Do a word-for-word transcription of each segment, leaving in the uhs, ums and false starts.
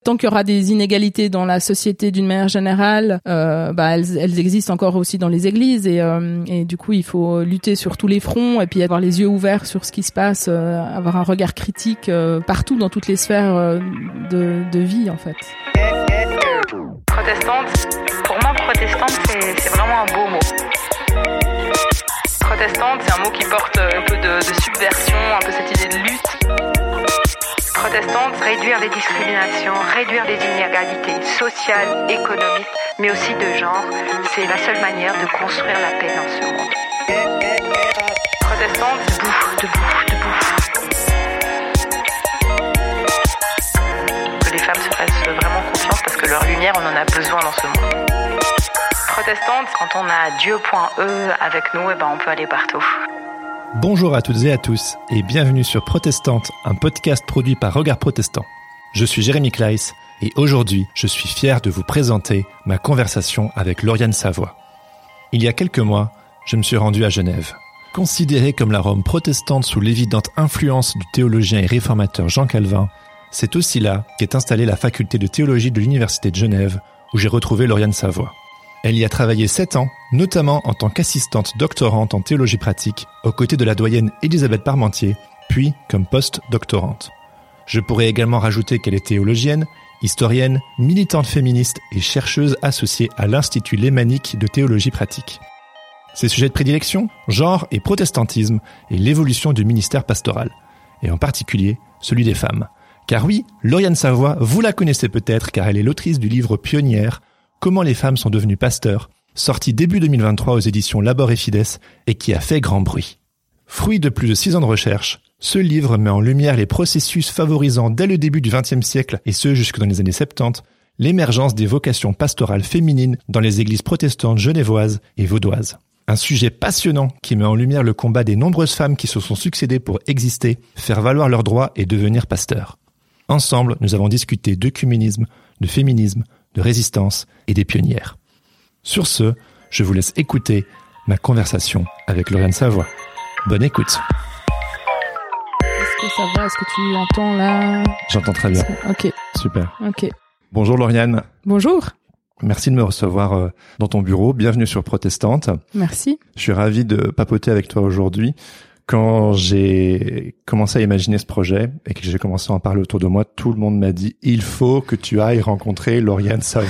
tant qu'il y aura des inégalités dans la société d'une manière générale, euh, bah elles, elles existent encore aussi dans les églises et, euh, et du coup il faut lutter sur tous les fronts et puis avoir les yeux ouverts sur ce qui se passe, euh, avoir un regard critique euh, partout dans toutes les sphères euh, de, de vie en fait. Protestante, pour moi protestante c'est, c'est vraiment un beau mot. Protestante c'est un mot qui porte un peu de, de subversion, un peu cette idée de lutte. Protestante, réduire les discriminations, réduire les inégalités sociales, économiques, mais aussi de genre, c'est la seule manière de construire la paix dans ce monde. Protestante, debout, debout, debout. Que les femmes se fassent vraiment confiance parce que leur lumière, on en a besoin dans ce monde. Protestante, quand on a Dieu.e avec nous, et ben on peut aller partout. Bonjour à toutes et à tous et bienvenue sur Protestante, un podcast produit par Regard Protestant. Je suis Jérémy Kleiss et aujourd'hui, je suis fier de vous présenter ma conversation avec Lauriane Savoie. Il y a quelques mois, je me suis rendu à Genève. Considérée comme la Rome protestante sous l'évidente influence du théologien et réformateur Jean Calvin, c'est aussi là qu'est installée la faculté de théologie de l'Université de Genève où j'ai retrouvé Lauriane Savoie. Elle y a travaillé sept ans, notamment en tant qu'assistante doctorante en théologie pratique, aux côtés de la doyenne Élisabeth Parmentier, puis comme post-doctorante. Je pourrais également rajouter qu'elle est théologienne, historienne, militante féministe et chercheuse associée à l'Institut lémanique de théologie pratique. Ses sujets de prédilection, genre et protestantisme, et l'évolution du ministère pastoral, et en particulier celui des femmes. Car oui, Lauriane Savoie, vous la connaissez peut-être car elle est l'autrice du livre Pionnière, Comment les femmes sont devenues pasteurs, sorti début deux mille vingt-trois aux éditions Labor et Fides et qui a fait grand bruit. Fruit de plus de six ans de recherche, ce livre met en lumière les processus favorisant dès le début du vingtième siècle et ce jusque dans les années soixante-dix, l'émergence des vocations pastorales féminines dans les églises protestantes genevoises et vaudoises. Un sujet passionnant qui met en lumière le combat des nombreuses femmes qui se sont succédées pour exister, faire valoir leurs droits et devenir pasteurs. Ensemble, nous avons discuté d'œcuménisme, de féminisme, de résistance et des pionnières. Sur ce, je vous laisse écouter ma conversation avec Lauriane Savoie. Bonne écoute. Est-ce que ça va? Est-ce que tu entends là? J'entends très bien. Ok. Super. Ok. Bonjour Lauriane. Bonjour. Merci de me recevoir dans ton bureau. Bienvenue sur Protestante. Merci. Je suis ravi de papoter avec toi aujourd'hui. Quand j'ai commencé à imaginer ce projet et que j'ai commencé à en parler autour de moi, tout le monde m'a dit « Il faut que tu ailles rencontrer Lauriane Savoie ».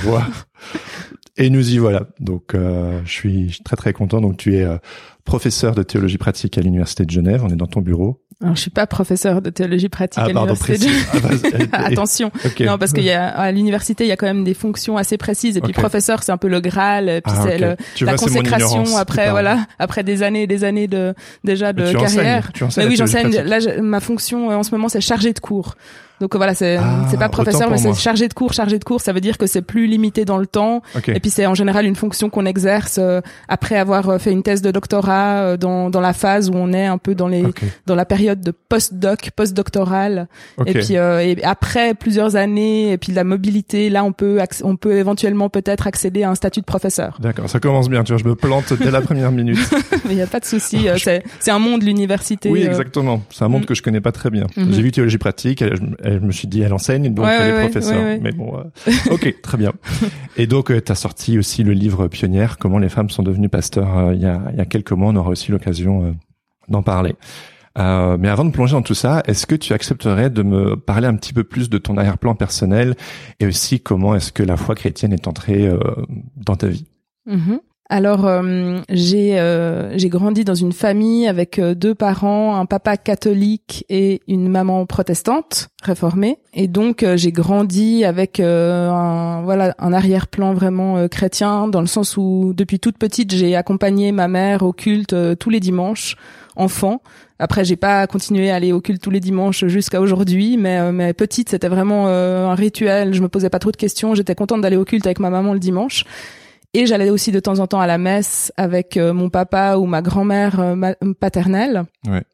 Et nous y voilà. Donc, euh, je suis très très content. Donc, tu es euh, professeur de théologie pratique à l'Université de Genève. On est dans ton bureau. Alors, je suis pas professeur de théologie pratique ah, à pardon, l'université. De... Ah, Attention. Okay. Non, parce qu'il y a, à l'université, il y a quand même des fonctions assez précises. Et puis, okay. Professeur, c'est un peu le Graal. Et puis, ah, c'est okay. le, la vois, consécration après, voilà, après des années et des années de, déjà de tu carrière. Enseignes, tu enseignes mais oui, j'enseigne. Pratique. Là, je, ma fonction, en ce moment, c'est chargé de cours. Donc voilà, c'est ah, c'est pas professeur, mais c'est moi. chargé de cours. Chargé de cours, ça veut dire que c'est plus limité dans le temps. Okay. Et puis c'est en général une fonction qu'on exerce euh, après avoir fait une thèse de doctorat euh, dans dans la phase où on est un peu dans les okay. dans la période de post-doc, post-doctoral. Okay. Et puis euh, et après plusieurs années et puis la mobilité, là on peut on peut éventuellement peut-être accéder à un statut de professeur. D'accord, ça commence bien. Tu vois, je me plante dès la première minute. Mais il y a pas de souci. Euh, c'est c'est un monde l'université. Oui, euh... exactement. C'est un monde mm. que je connais pas très bien. Mm-hmm. J'ai vu théologie pratique. Et je, et je me suis dit elle enseigne. Donc ouais, elle ouais, est professeure, ouais, ouais. mais bon, euh... ok, très bien. Et donc euh, tu as sorti aussi le livre Pionnière, comment les femmes sont devenues pasteurs. Euh, il y a il y a quelques mois, on aura aussi l'occasion euh, d'en parler. Euh, mais avant de plonger dans tout ça, est-ce que tu accepterais de me parler un petit peu plus de ton arrière-plan personnel et aussi comment est-ce que la foi chrétienne est entrée euh, dans ta vie? Mm-hmm. Alors euh, j'ai euh, j'ai grandi dans une famille avec euh, deux parents, un papa catholique et une maman protestante réformée, et donc euh, j'ai grandi avec euh, un voilà un arrière-plan vraiment euh, chrétien, dans le sens où depuis toute petite j'ai accompagné ma mère au culte euh, tous les dimanches enfant. Après, j'ai pas continué à aller au culte tous les dimanches jusqu'à aujourd'hui, mais euh, mais petite, c'était vraiment euh, un rituel. Je me posais pas trop de questions. J'étais contente d'aller au culte avec ma maman le dimanche. Et j'allais aussi de temps en temps à la messe avec euh, mon papa ou ma grand-mère euh, ma- paternelle. Ouais.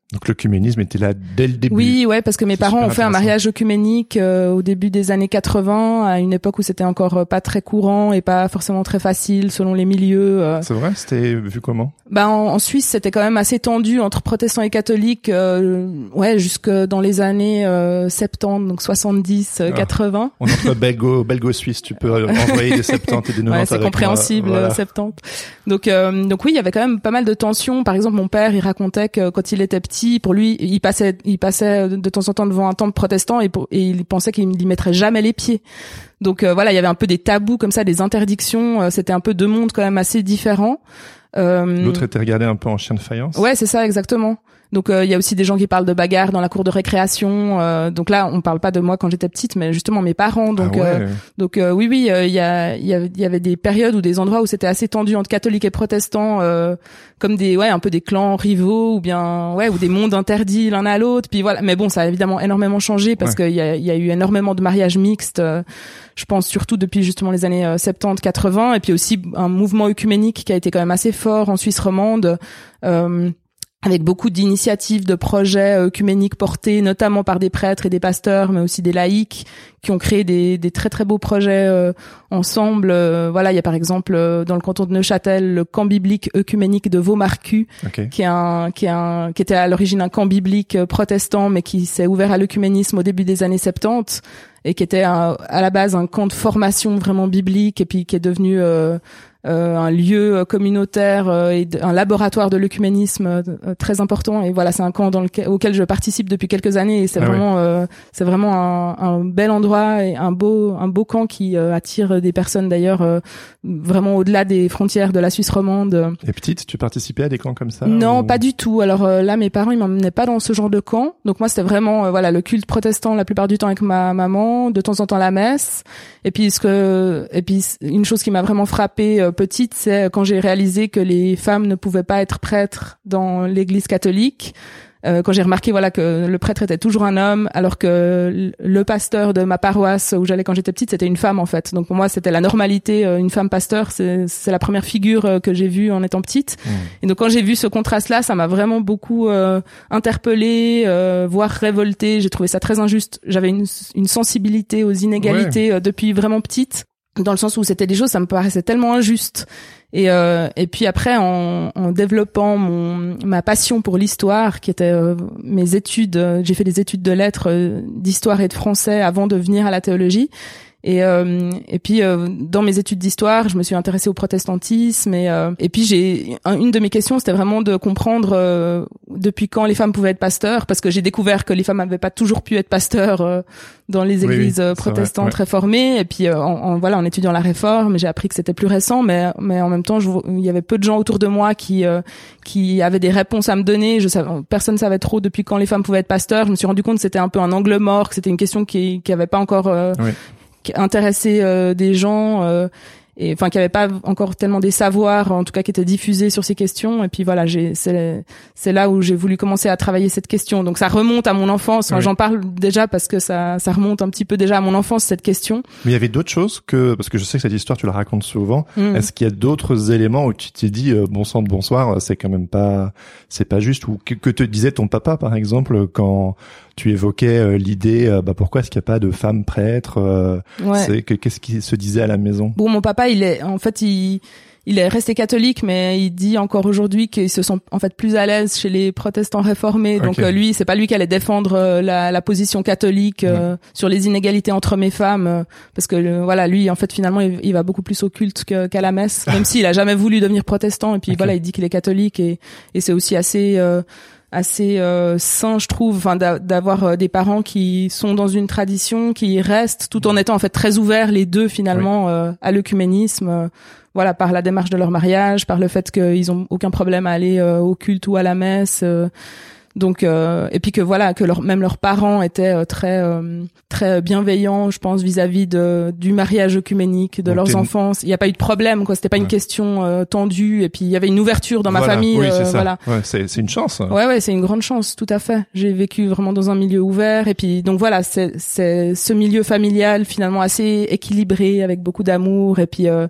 Donc l'œcuménisme était là dès le début. Oui, ouais, parce que mes C'est parents super ont fait un mariage œcuménique euh, au début des années quatre-vingts, à une époque où c'était encore euh, pas très courant et pas forcément très facile selon les milieux. Euh. C'est vrai, c'était vu comment? Bah en, en Suisse, c'était quand même assez tendu entre protestants et catholiques, euh, ouais, jusque dans les années euh, soixante-dix, donc soixante-dix, euh, quatre-vingts. On est entre belgo, belgo-suisse, tu peux envoyer des soixante-dix et des quatre-vingts. Ouais, c'est compréhensible, moi, voilà. soixante-dix. Donc, euh, donc oui, il y avait quand même pas mal de tensions. Par exemple, mon père, il racontait que quand il était petit, pour lui, il passait, il passait de temps en temps devant un temple protestant et, pour, et il pensait qu'il n'y mettrait jamais les pieds. Donc euh, voilà, il y avait un peu des tabous comme ça, des interdictions. Euh, c'était un peu deux mondes quand même assez différents. Euh, L'autre était regardé un peu en chien de faïence. Ouais, c'est ça, exactement. Donc il euh, y a aussi des gens qui parlent de bagarres dans la cour de récréation. Euh, donc là, on parle pas de moi quand j'étais petite, mais justement mes parents. Donc ah ouais. euh, donc euh, oui oui, il euh, y a il y, a, y avait des périodes ou des endroits où c'était assez tendu entre catholiques et protestants, euh, comme des ouais un peu des clans rivaux ou bien ouais ou des mondes interdits l'un à l'autre. Puis voilà. Mais bon, ça a évidemment énormément changé parce ouais. qu'il y a il y a eu énormément de mariages mixtes. Euh, je pense surtout depuis justement les années euh, soixante-dix quatre-vingts, et puis aussi un mouvement œcuménique qui a été quand même assez fort en Suisse romande. Euh, avec beaucoup d'initiatives, de projets œcuméniques portés notamment par des prêtres et des pasteurs, mais aussi des laïcs, qui ont créé des, des très très beaux projets euh, ensemble. Euh, voilà, il y a par exemple euh, dans le canton de Neuchâtel le camp biblique œcuménique de Vaumarcus, okay. qui est un qui est un qui était à l'origine un camp biblique euh, protestant, mais qui s'est ouvert à l'œcuménisme au début des années soixante-dix et qui était un, à la base un camp de formation vraiment biblique et puis qui est devenu euh, Euh, un lieu communautaire euh, et un laboratoire de l'œcuménisme euh, très important. Et voilà, c'est un camp dans lequel, auquel je participe depuis quelques années, et c'est ah vraiment, ouais. euh, c'est vraiment un, un bel endroit et un beau, un beau camp qui euh, attire des personnes d'ailleurs euh, vraiment au-delà des frontières de la Suisse romande. Et petite, tu participais à des camps comme ça? Non, ou... pas du tout. Alors euh, là, mes parents, ils m'emmenaient pas dans ce genre de camp. Donc moi, c'était vraiment, euh, voilà, le culte protestant la plupart du temps avec ma maman, de temps en temps la messe. Et puis ce que, et puis une chose qui m'a vraiment frappée euh, petite, c'est quand j'ai réalisé que les femmes ne pouvaient pas être prêtres dans l'Église catholique. Euh, quand j'ai remarqué voilà que le prêtre était toujours un homme, alors que le pasteur de ma paroisse où j'allais quand j'étais petite, c'était une femme en fait. Donc pour moi, c'était la normalité. Une femme pasteur, c'est, c'est la première figure que j'ai vue en étant petite. Mmh. Et donc quand j'ai vu ce contraste-là, ça m'a vraiment beaucoup euh, interpellée, euh, voire révoltée. J'ai trouvé ça très injuste. J'avais une, une sensibilité aux inégalités ouais. euh, depuis vraiment petite, dans le sens où c'était des choses, ça me paraissait tellement injuste. Et, euh, et puis après, en, en développant mon, ma passion pour l'histoire, qui était euh, mes études, euh, j'ai fait des études de lettres, euh, d'histoire et de français avant de venir à la théologie. Et euh, et puis euh, dans mes études d'histoire, je me suis intéressée au protestantisme et euh, et puis j'ai une de mes questions, c'était vraiment de comprendre euh, depuis quand les femmes pouvaient être pasteurs, parce que j'ai découvert que les femmes n'avaient pas toujours pu être pasteurs euh, dans les églises oui, oui, protestantes vrai, ouais. réformées. Et puis euh, en, en voilà, en étudiant la réforme, j'ai appris que c'était plus récent, mais mais en même temps, je, il y avait peu de gens autour de moi qui euh, qui avaient des réponses à me donner. Je savais, personne savait trop depuis quand les femmes pouvaient être pasteurs. Je me suis rendu compte que c'était un peu un angle mort, que c'était une question qui qui avait pas encore euh, oui. intéressé euh, des gens euh, et enfin qui avait pas encore tellement des savoirs en tout cas qui étaient diffusés sur ces questions. Et puis voilà, j'ai c'est c'est là où j'ai voulu commencer à travailler cette question. Donc ça remonte à mon enfance. Enfin, oui. J'en parle déjà parce que ça ça remonte un petit peu déjà à mon enfance, cette question. Mais il y avait d'autres choses que, parce que je sais que cette histoire tu la racontes souvent. Mm. Est-ce qu'il y a d'autres éléments où tu t'es dit euh, bon sang de bonsoir, c'est quand même pas c'est pas juste, ou que, que te disait ton papa par exemple quand tu évoquais euh, l'idée, euh, bah pourquoi est-ce qu'il n'y a pas de femmes prêtres euh, ouais. c'est, que, qu'est-ce qui se disait à la maison? Bon, mon papa, il est, en fait, il, il est resté catholique, mais il dit encore aujourd'hui qu'il se sent en fait plus à l'aise chez les protestants réformés. Okay. Donc euh, lui, c'est pas lui qui allait défendre euh, la, la position catholique euh, ouais. sur les inégalités entre hommes et femmes, euh, parce que euh, voilà, lui, en fait, finalement, il, il va beaucoup plus au culte que, qu'à la messe, même s'il a jamais voulu devenir protestant. Et puis okay. voilà, il dit qu'il est catholique, et, et c'est aussi assez euh, assez euh, sain, je trouve, enfin d'avoir euh, des parents qui sont dans une tradition, qui restent tout en étant en fait très ouverts les deux finalement oui. euh, à l'œcuménisme, euh, voilà, par la démarche de leur mariage, par le fait qu'ils ont aucun problème à aller euh, au culte ou à la messe. Euh, Donc euh, et puis que voilà que leur, même leurs parents étaient euh, très euh, très bienveillants, je pense, vis-à-vis de du mariage œcuménique de donc leurs enfants. Il n'y a pas eu de problème, quoi. C'était pas ouais. une question euh, tendue. Et puis il y avait une ouverture dans voilà. ma famille. Oui, euh, c'est ça. Voilà. Ouais, c'est c'est une chance. Hein. Ouais ouais, c'est une grande chance, tout à fait. J'ai vécu vraiment dans un milieu ouvert. Et puis donc voilà, c'est c'est ce milieu familial finalement assez équilibré, avec beaucoup d'amour. Et puis euh,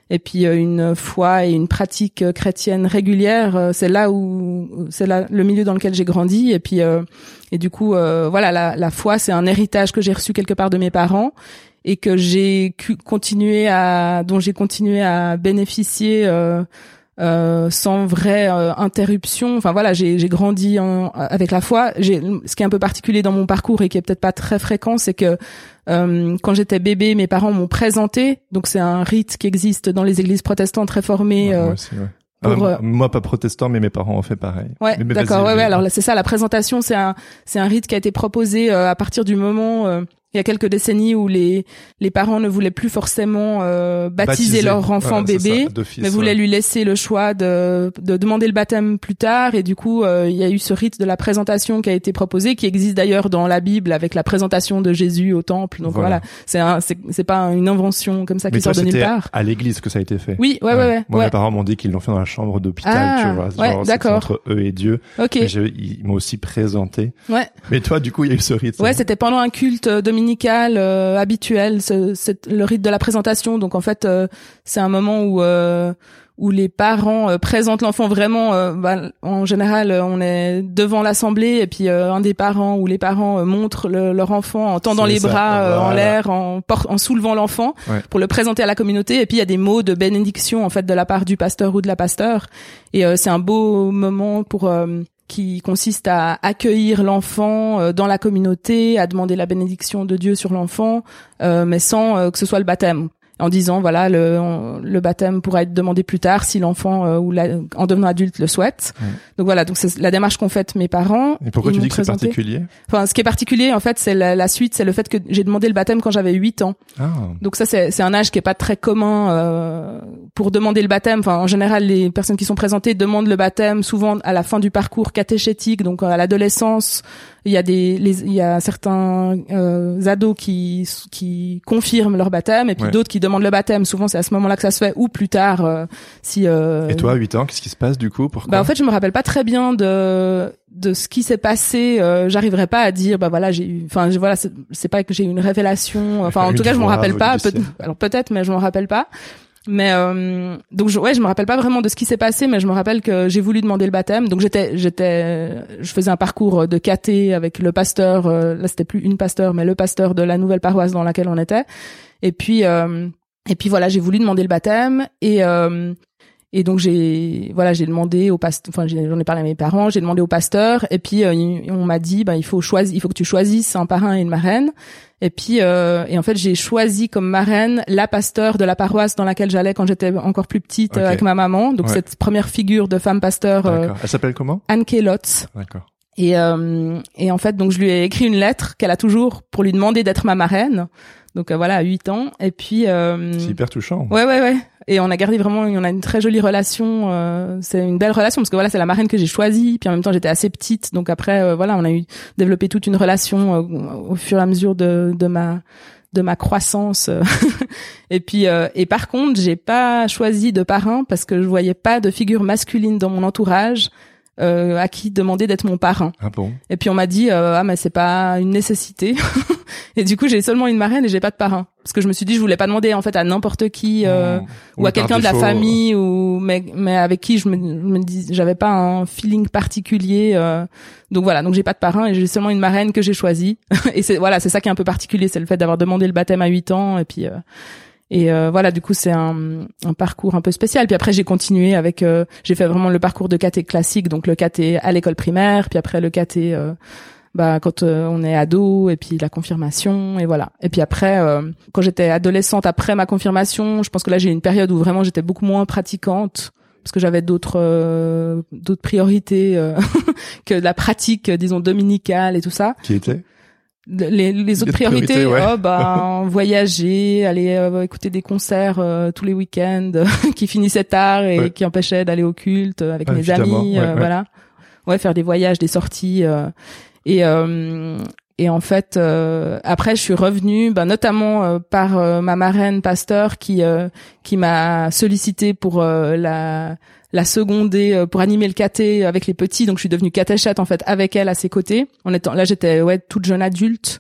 et puis euh, une foi et une pratique euh, chrétienne régulière. Euh, c'est là où c'est là le milieu dans lequel j'ai grandi, et puis euh, et du coup euh, voilà, la, la foi, c'est un héritage que j'ai reçu quelque part de mes parents et que j'ai cu- continué à dont j'ai continué à bénéficier euh, euh, sans vraie euh, interruption. Enfin voilà, j'ai j'ai grandi en, avec la foi. J'ai ce qui est un peu particulier dans mon parcours et qui est peut-être pas très fréquent, c'est que euh, quand j'étais bébé, mes parents m'ont présenté. Donc c'est un rite qui existe dans les églises protestantes réformées. Ouais, euh, moi aussi, ouais. Pour, euh, moi pas protestant, mais mes parents ont fait pareil. Ouais, mais, mais d'accord. vas-y, Ouais, oui. ouais. Alors là, c'est ça, la présentation, c'est un, c'est un rite qui a été proposé euh, à partir du moment, euh, il y a quelques décennies, où les les parents ne voulaient plus forcément euh, baptiser, Baptiser. leur enfant Voilà, c'est bébé, ça, d'office, mais voulaient ouais. lui laisser le choix de de demander le baptême plus tard. Et du coup, euh, il y a eu ce rite de la présentation qui a été proposé, qui existe d'ailleurs dans la Bible avec la présentation de Jésus au temple. Donc voilà, Voilà. c'est un, c'est c'est pas une invention comme ça Mais qui toi, sort de nulle c'était part. à l'église que ça a été fait. Oui, ouais, ouais, ouais. Moi, ouais. mes parents m'ont dit qu'ils l'ont fait dans la chambre d'hôpital, Ah, tu vois. ouais, Genre, c'était d'accord. entre eux et Dieu. Ok. Et je- ils m'ont aussi présenté. Ouais. Mais toi, du coup, il y a eu ce rite. Ouais, c'était pendant un culte euh, dominical euh, habituel, ce, c'est le rite de la présentation. Donc en fait, euh, c'est un moment où euh, où les parents euh, présentent l'enfant vraiment. Euh, bah, en général, euh, on est devant l'assemblée et puis euh, un des parents ou les parents euh, montrent le- leur enfant en tendant C'est les ça, bras euh, en voilà. l'air, en, por- en soulevant l'enfant Ouais. pour le présenter à la communauté. Et puis il y a des mots de bénédiction en fait de la part du pasteur ou de la pasteur. Et euh, c'est un beau moment pour euh, qui consiste à accueillir l'enfant euh, dans la communauté, à demander la bénédiction de Dieu sur l'enfant, euh, mais sans euh, que ce soit le baptême. En disant voilà, le, on- le baptême pourra être demandé plus tard si l'enfant euh, ou la, en devenant adulte le souhaite. Ouais. Donc voilà, donc c'est la démarche qu'ont faite mes parents. Et pourquoi Ils tu m'ont dis que c'est présenté. particulier? Enfin, ce qui est particulier en fait, c'est la, la suite, c'est le fait que j'ai demandé le baptême quand j'avais huit ans. Ah. Donc ça, c'est c'est un âge qui est pas très commun euh, pour demander le baptême. Enfin, en général, les personnes qui sont présentées demandent le baptême souvent à la fin du parcours catéchétique, donc à l'adolescence. Il y a des, les, il y a certains euh, ados qui qui confirment leur baptême, et puis Ouais. d'autres qui demandent le baptême. Souvent, c'est à ce moment-là que ça se fait, ou plus tard, euh, si. Euh, Et toi, à huit ans, qu'est-ce qui se passe, du coup? Pourquoi? bah en fait, je me rappelle pas très bien de de ce qui s'est passé. Euh, J'arriverai pas à dire bah voilà j'ai eu. Enfin je- voilà c'est c'est pas que j'ai eu une révélation. Enfin en Une tout cas je m'en voix rappelle pas. Peut- du ciel. alors peut-être mais je m'en rappelle pas. Mais euh, donc je, ouais je me rappelle pas vraiment de ce qui s'est passé, mais je me rappelle que j'ai voulu demander le baptême. Donc j'étais j'étais je faisais un parcours de caté avec le pasteur. Euh, là c'était plus une pasteur mais le pasteur de la nouvelle paroisse dans laquelle on était. Et puis euh, et puis voilà j'ai voulu demander le baptême et euh, Et donc j'ai voilà j'ai demandé au pasteur, enfin j'ai- j'en ai parlé à mes parents, j'ai demandé au pasteur, et puis euh, il- on m'a dit bah il faut choisir, il faut que tu choisisses un parrain et une marraine. Et puis euh, et en fait j'ai choisi comme marraine la pasteur de la paroisse dans laquelle j'allais quand j'étais encore plus petite, Ok. euh, avec ma maman. Donc Ouais. cette première figure de femme pasteur, euh, D'accord. Elle s'appelle comment? Anne Kelotz. D'accord. Et euh, et en fait donc je lui ai écrit une lettre qu'elle a toujours pour lui demander d'être ma marraine. Donc euh, voilà à huit ans. Et puis euh, C'est hyper touchant. Ouais, ouais, ouais. Et on a gardé vraiment, on a une très jolie relation. Euh, c'est une belle relation parce que voilà, c'est la marraine que j'ai choisie. Puis en même temps, j'étais assez petite, donc après, euh, voilà, on a eu développé toute une relation euh, au fur et à mesure de, de ma de ma croissance. Et puis, euh, et par contre, j'ai pas choisi de parrain parce que je voyais pas de figure masculine dans mon entourage euh, à qui demander d'être mon parrain. Ah bon? Et puis on m'a dit euh, ah mais c'est pas une nécessité. Et du coup j'ai seulement une marraine et j'ai pas de parrain parce que je me suis dit je voulais pas demander en fait à n'importe qui euh, Mmh. ou Oui, à quelqu'un par de la défaut, famille ou mais mais avec qui je me, je me dis j'avais pas un feeling particulier euh, donc voilà donc j'ai pas de parrain et j'ai seulement une marraine que j'ai choisie. Et c'est voilà c'est ça qui est un peu particulier, c'est le fait d'avoir demandé le baptême à huit ans et puis euh, et euh, voilà du coup c'est un, un parcours un peu spécial. Puis après j'ai continué avec euh, j'ai fait vraiment le parcours de caté classique, donc le caté à l'école primaire, puis après le caté euh, bah quand euh, on est ado, et puis la confirmation, et voilà. Et puis après euh, quand j'étais adolescente après ma confirmation, je pense que là j'ai eu une période où vraiment j'étais beaucoup moins pratiquante parce que j'avais d'autres euh, d'autres priorités euh, que la pratique disons dominicale et tout ça. Qui était? Les, les autres Les priorités, priorités, ouais. oh, bah, voyager, aller euh, écouter des concerts euh, tous les week-ends qui finissaient tard et Ouais. qui empêchaient d'aller au culte avec Ah, mes évidemment, amis, ouais, euh, ouais. voilà. Ouais, faire des voyages, des sorties. Euh, et euh, et en fait, euh, après, je suis revenue, bah, notamment euh, par euh, ma marraine pasteur qui euh, qui m'a sollicité pour euh, la la seconder euh, pour animer le caté avec les petits. Donc je suis devenue catéchète en fait avec elle à ses côtés. En étant là, j'étais ouais toute jeune adulte.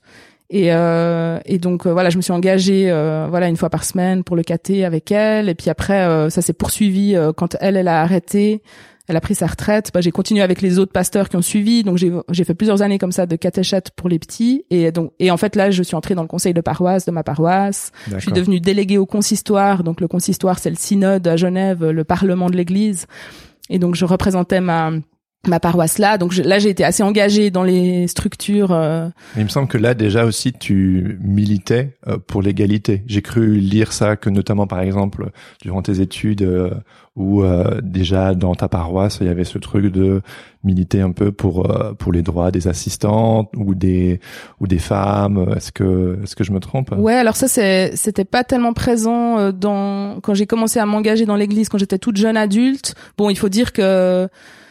Et, euh, et donc euh, voilà, je me suis engagée euh, voilà une fois par semaine pour le caté avec elle. Et puis après, euh, ça s'est poursuivi euh, quand elle, elle a arrêté. Elle a pris sa retraite. Bah, j'ai continué avec les autres pasteurs qui ont suivi. Donc j'ai j'ai fait plusieurs années comme ça de catéchète pour les petits. Et donc et en fait là, je suis entrée dans le conseil de paroisse de ma paroisse. D'accord. Je suis devenue déléguée au consistoire. Donc le consistoire, c'est le synode à Genève, le parlement de l'Église. Et donc je représentais ma ma paroisse là. Donc je, là, j'ai été assez engagée dans les structures. Euh... Il me semble que là déjà aussi tu militais euh, pour l'égalité. J'ai cru lire ça, que notamment par exemple durant tes études euh, où euh, déjà dans ta paroisse il y avait ce truc de militer un peu pour euh, pour les droits des assistantes ou des ou des femmes. Est-ce que est-ce que je me trompe? Ouais, alors ça c'est c'était pas tellement présent euh, dans quand j'ai commencé à m'engager dans l'église quand j'étais toute jeune adulte. Bon, il faut dire que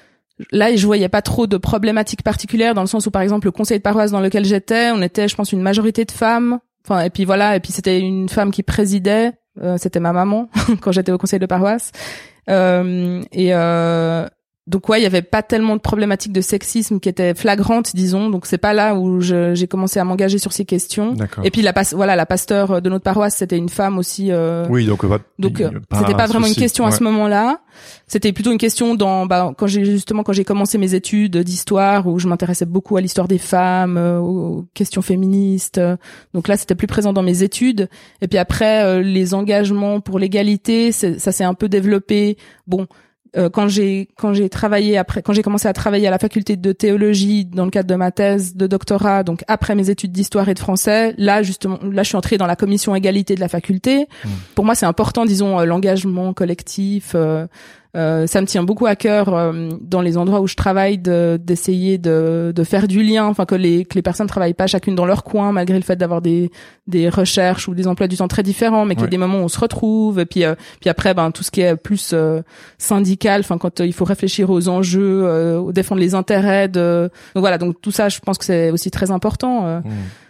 là, je voyais pas trop de problématiques particulières dans le sens où, par exemple, le conseil de paroisse dans lequel j'étais, on était, je pense, une majorité de femmes. Enfin, et puis voilà, et puis c'était une femme qui présidait. Euh, c'était ma maman quand j'étais au conseil de paroisse. Euh, et euh, donc ouais, il y avait pas tellement de problématiques de sexisme qui étaient flagrantes, disons. Donc c'est pas là où je, j'ai commencé à m'engager sur ces questions. D'accord. Et puis la pas, voilà, la pasteur de notre paroisse, c'était une femme aussi. Euh, oui, donc pas, donc euh, pas c'était pas vraiment souci. une question ouais. à ce moment-là. C'était plutôt une question dans bah quand j'ai justement quand j'ai commencé mes études d'histoire où je m'intéressais beaucoup à l'histoire des femmes, euh, aux questions féministes. Donc là, c'était plus présent dans mes études. Et puis après, euh, les engagements pour l'égalité, c'est, ça s'est un peu développé. Bon. Euh, quand j'ai quand j'ai travaillé après quand j'ai commencé à travailler à la faculté de théologie dans le cadre de ma thèse de doctorat, donc après mes études d'histoire et de français, là justement là je suis entrée dans la commission égalité de la faculté. Mmh. Pour moi c'est important, disons, euh, l'engagement collectif. Euh, Euh, ça me tient beaucoup à cœur euh, dans les endroits où je travaille de, d'essayer de, de faire du lien, enfin que les que les personnes travaillent pas chacune dans leur coin malgré le fait d'avoir des des recherches ou des emplois du temps très différents, mais qu'il ouais. y a des moments où on se retrouve. Et puis euh, puis après ben tout ce qui est plus euh, syndical, enfin quand euh, il faut réfléchir aux enjeux, euh, défendre les intérêts de donc voilà, donc tout ça je pense que c'est aussi très important. Euh, mmh.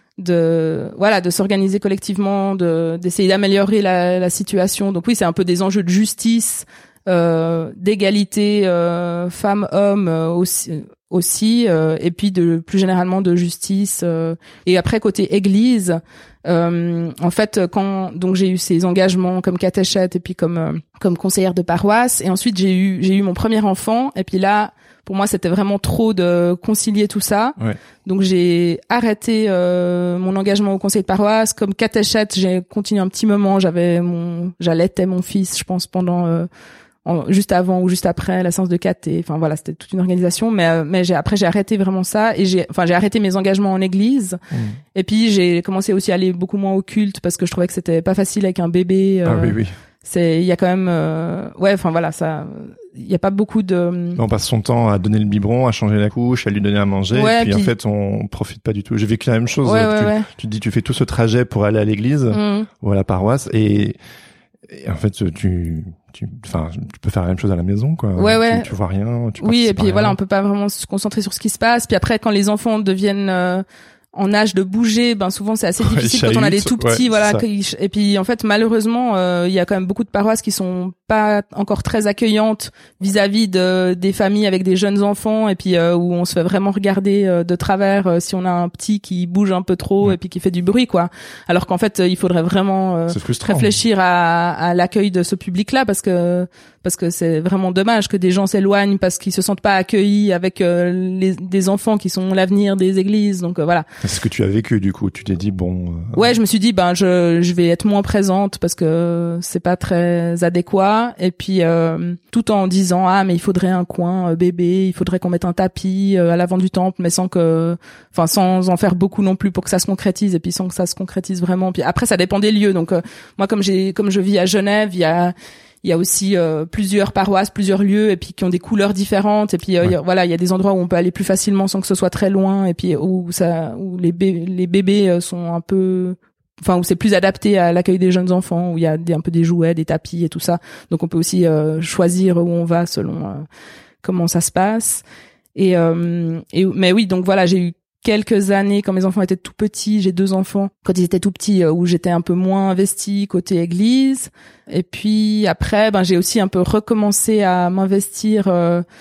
de voilà de s'organiser collectivement, de d'essayer d'améliorer la, la situation. Donc oui, c'est un peu des enjeux de justice, euh, d'égalité euh, femmes-hommes euh, aussi aussi euh, et puis de plus généralement de justice. Euh, et après côté église, euh, en fait quand donc j'ai eu ces engagements comme catéchète et puis comme euh, comme conseillère de paroisse, et ensuite j'ai eu j'ai eu mon premier enfant, et puis là pour moi, c'était vraiment trop de concilier tout ça. Ouais. Donc, j'ai arrêté euh, mon engagement au conseil de paroisse. Comme catéchète, j'ai continué un petit moment. J'avais mon, j'allaitais mon fils, je pense, pendant euh, en, juste avant ou juste après la séance de caté. Enfin voilà, c'était toute une organisation. Mais euh, mais j'ai après j'ai arrêté vraiment ça, et j'ai enfin j'ai arrêté mes engagements en église. Mmh. Et puis j'ai commencé aussi à aller beaucoup moins au culte parce que je trouvais que c'était pas facile avec un bébé. Euh, ah oui oui. C'est il y a quand même euh, ouais enfin voilà ça il y a pas beaucoup de on passe son temps à donner le biberon, à changer la couche, à lui donner à manger, ouais, et puis, puis en fait on profite pas du tout. J'ai vécu la même chose. Ouais, tu, ouais, ouais. tu te dis tu fais tout ce trajet pour aller à l'église mmh. ou à la paroisse, et, et en fait tu tu enfin tu peux faire la même chose à la maison quoi. Ouais, ouais. Tu, tu vois rien. Tu oui, et puis rien. voilà, on peut pas vraiment se concentrer sur ce qui se passe. Puis après quand les enfants deviennent euh, en âge de bouger, ben souvent c'est assez difficile ouais, quand on a des tout petits, ouais, voilà. Et puis en fait malheureusement, euh, il y a quand même beaucoup de paroisses qui sont pas encore très accueillantes vis-à-vis de des familles avec des jeunes enfants, et puis euh, où on se fait vraiment regarder euh, de travers euh, si on a un petit qui bouge un peu trop, mmh. et puis qui fait du bruit quoi. Alors qu'en fait il faudrait vraiment euh, réfléchir à, à l'accueil de ce public-là, parce que parce que c'est vraiment dommage que des gens s'éloignent parce qu'ils se sentent pas accueillis avec euh, les, des enfants qui sont l'avenir des églises. Donc euh, voilà. C'est ce que tu as vécu du coup. Tu t'es dit bon. Euh... Ouais, je me suis dit ben je je vais être moins présente parce que c'est pas très adéquat. Et puis euh, tout en disant ah mais il faudrait un coin euh, bébé, il faudrait qu'on mette un tapis euh, à l'avant du temple, mais sans que, enfin sans en faire beaucoup non plus pour que ça se concrétise, et puis sans que ça se concrétise vraiment. Puis après ça dépend des lieux. Donc euh, moi comme j'ai comme je vis à Genève, il y a il y a aussi euh, plusieurs paroisses, plusieurs lieux, et puis qui ont des couleurs différentes, et puis euh, ouais. y a, voilà, il y a des endroits où on peut aller plus facilement sans que ce soit très loin, et puis où ça où les bé- les bébés sont un peu enfin où c'est plus adapté à l'accueil des jeunes enfants, où il y a des, un peu des jouets, des tapis et tout ça. Donc on peut aussi euh, choisir où on va selon euh, comment ça se passe. Et euh, et mais oui, donc voilà, j'ai eu quelques années quand mes enfants étaient tout petits, j'ai deux enfants, quand ils étaient tout petits, euh, où j'étais un peu moins investie côté église. Et puis après, ben j'ai aussi un peu recommencé à m'investir euh,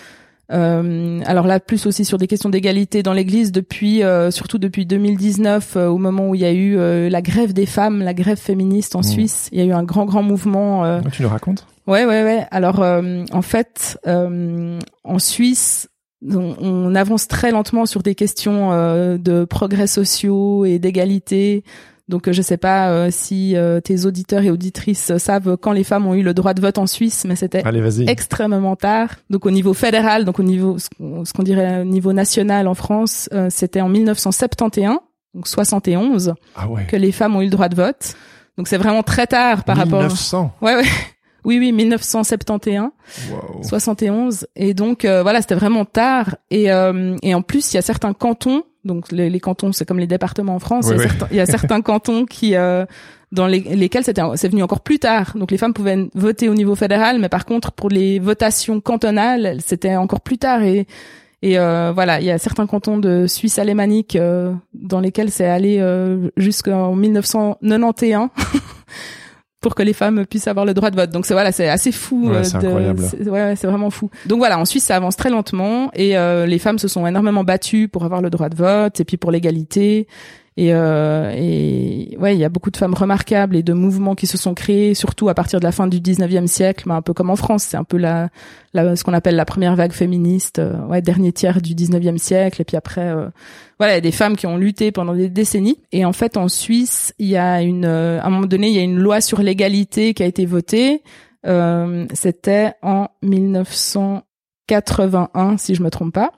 Euh, alors là, plus aussi sur des questions d'égalité dans l'Église depuis, euh, surtout depuis deux mille dix-neuf, euh, au moment où il y a eu euh, la grève des femmes, la grève féministe en mmh. Suisse. Il y a eu un grand, grand mouvement. Euh... Tu le racontes ? Ouais, ouais, ouais. Alors, euh, en fait, euh, en Suisse, on, on avance très lentement sur des questions euh, de progrès sociaux et d'égalité. Donc, je sais pas euh, si euh, tes auditeurs et auditrices savent quand les femmes ont eu le droit de vote en Suisse, mais c'était Allez, vas-y. extrêmement tard. Donc, au niveau fédéral, donc au niveau ce qu'on, ce qu'on dirait au niveau national en France, euh, c'était en mille neuf cent soixante et onze, donc soixante et onze, ah ouais. que les femmes ont eu le droit de vote. Donc, c'est vraiment très tard par mille neuf cents. rapport. Ouais, ouais. Oui, oui, mille neuf cent soixante et onze, wow. soixante et onze. Et donc, euh, voilà, c'était vraiment tard. Et, euh, et en plus, il y a certains cantons. Donc les, les cantons, c'est comme les départements en France. Oui, il, y a oui. certains, il y a certains cantons qui, euh, dans les, lesquels c'était, c'est venu encore plus tard. Donc les femmes pouvaient voter au niveau fédéral, mais par contre pour les votations cantonales, c'était encore plus tard. Et, et euh, voilà, il y a certains cantons de Suisse alémanique euh, dans lesquels c'est allé euh, jusqu'en mille neuf cent quatre-vingt-onze. Pour que les femmes puissent avoir le droit de vote. Donc c'est voilà, c'est assez fou. Ouais, c'est de, incroyable. C'est, ouais, c'est vraiment fou. Donc voilà, en Suisse ça avance très lentement et euh, les femmes se sont énormément battues pour avoir le droit de vote et puis pour l'égalité. Et, euh, et ouais, il y a beaucoup de femmes remarquables et de mouvements qui se sont créés, surtout à partir de la fin du dix-neuvième siècle, mais un peu comme en France, c'est un peu la, la ce qu'on appelle la première vague féministe, euh, ouais, dernier tiers du dix-neuvième siècle. Et puis après, euh, voilà, il y a des femmes qui ont lutté pendant des décennies. Et en fait, en Suisse, il y a une, euh, à un moment donné, il y a une loi sur l'égalité qui a été votée. Euh, c'était en mille neuf cent quatre-vingt-un, si je me trompe pas.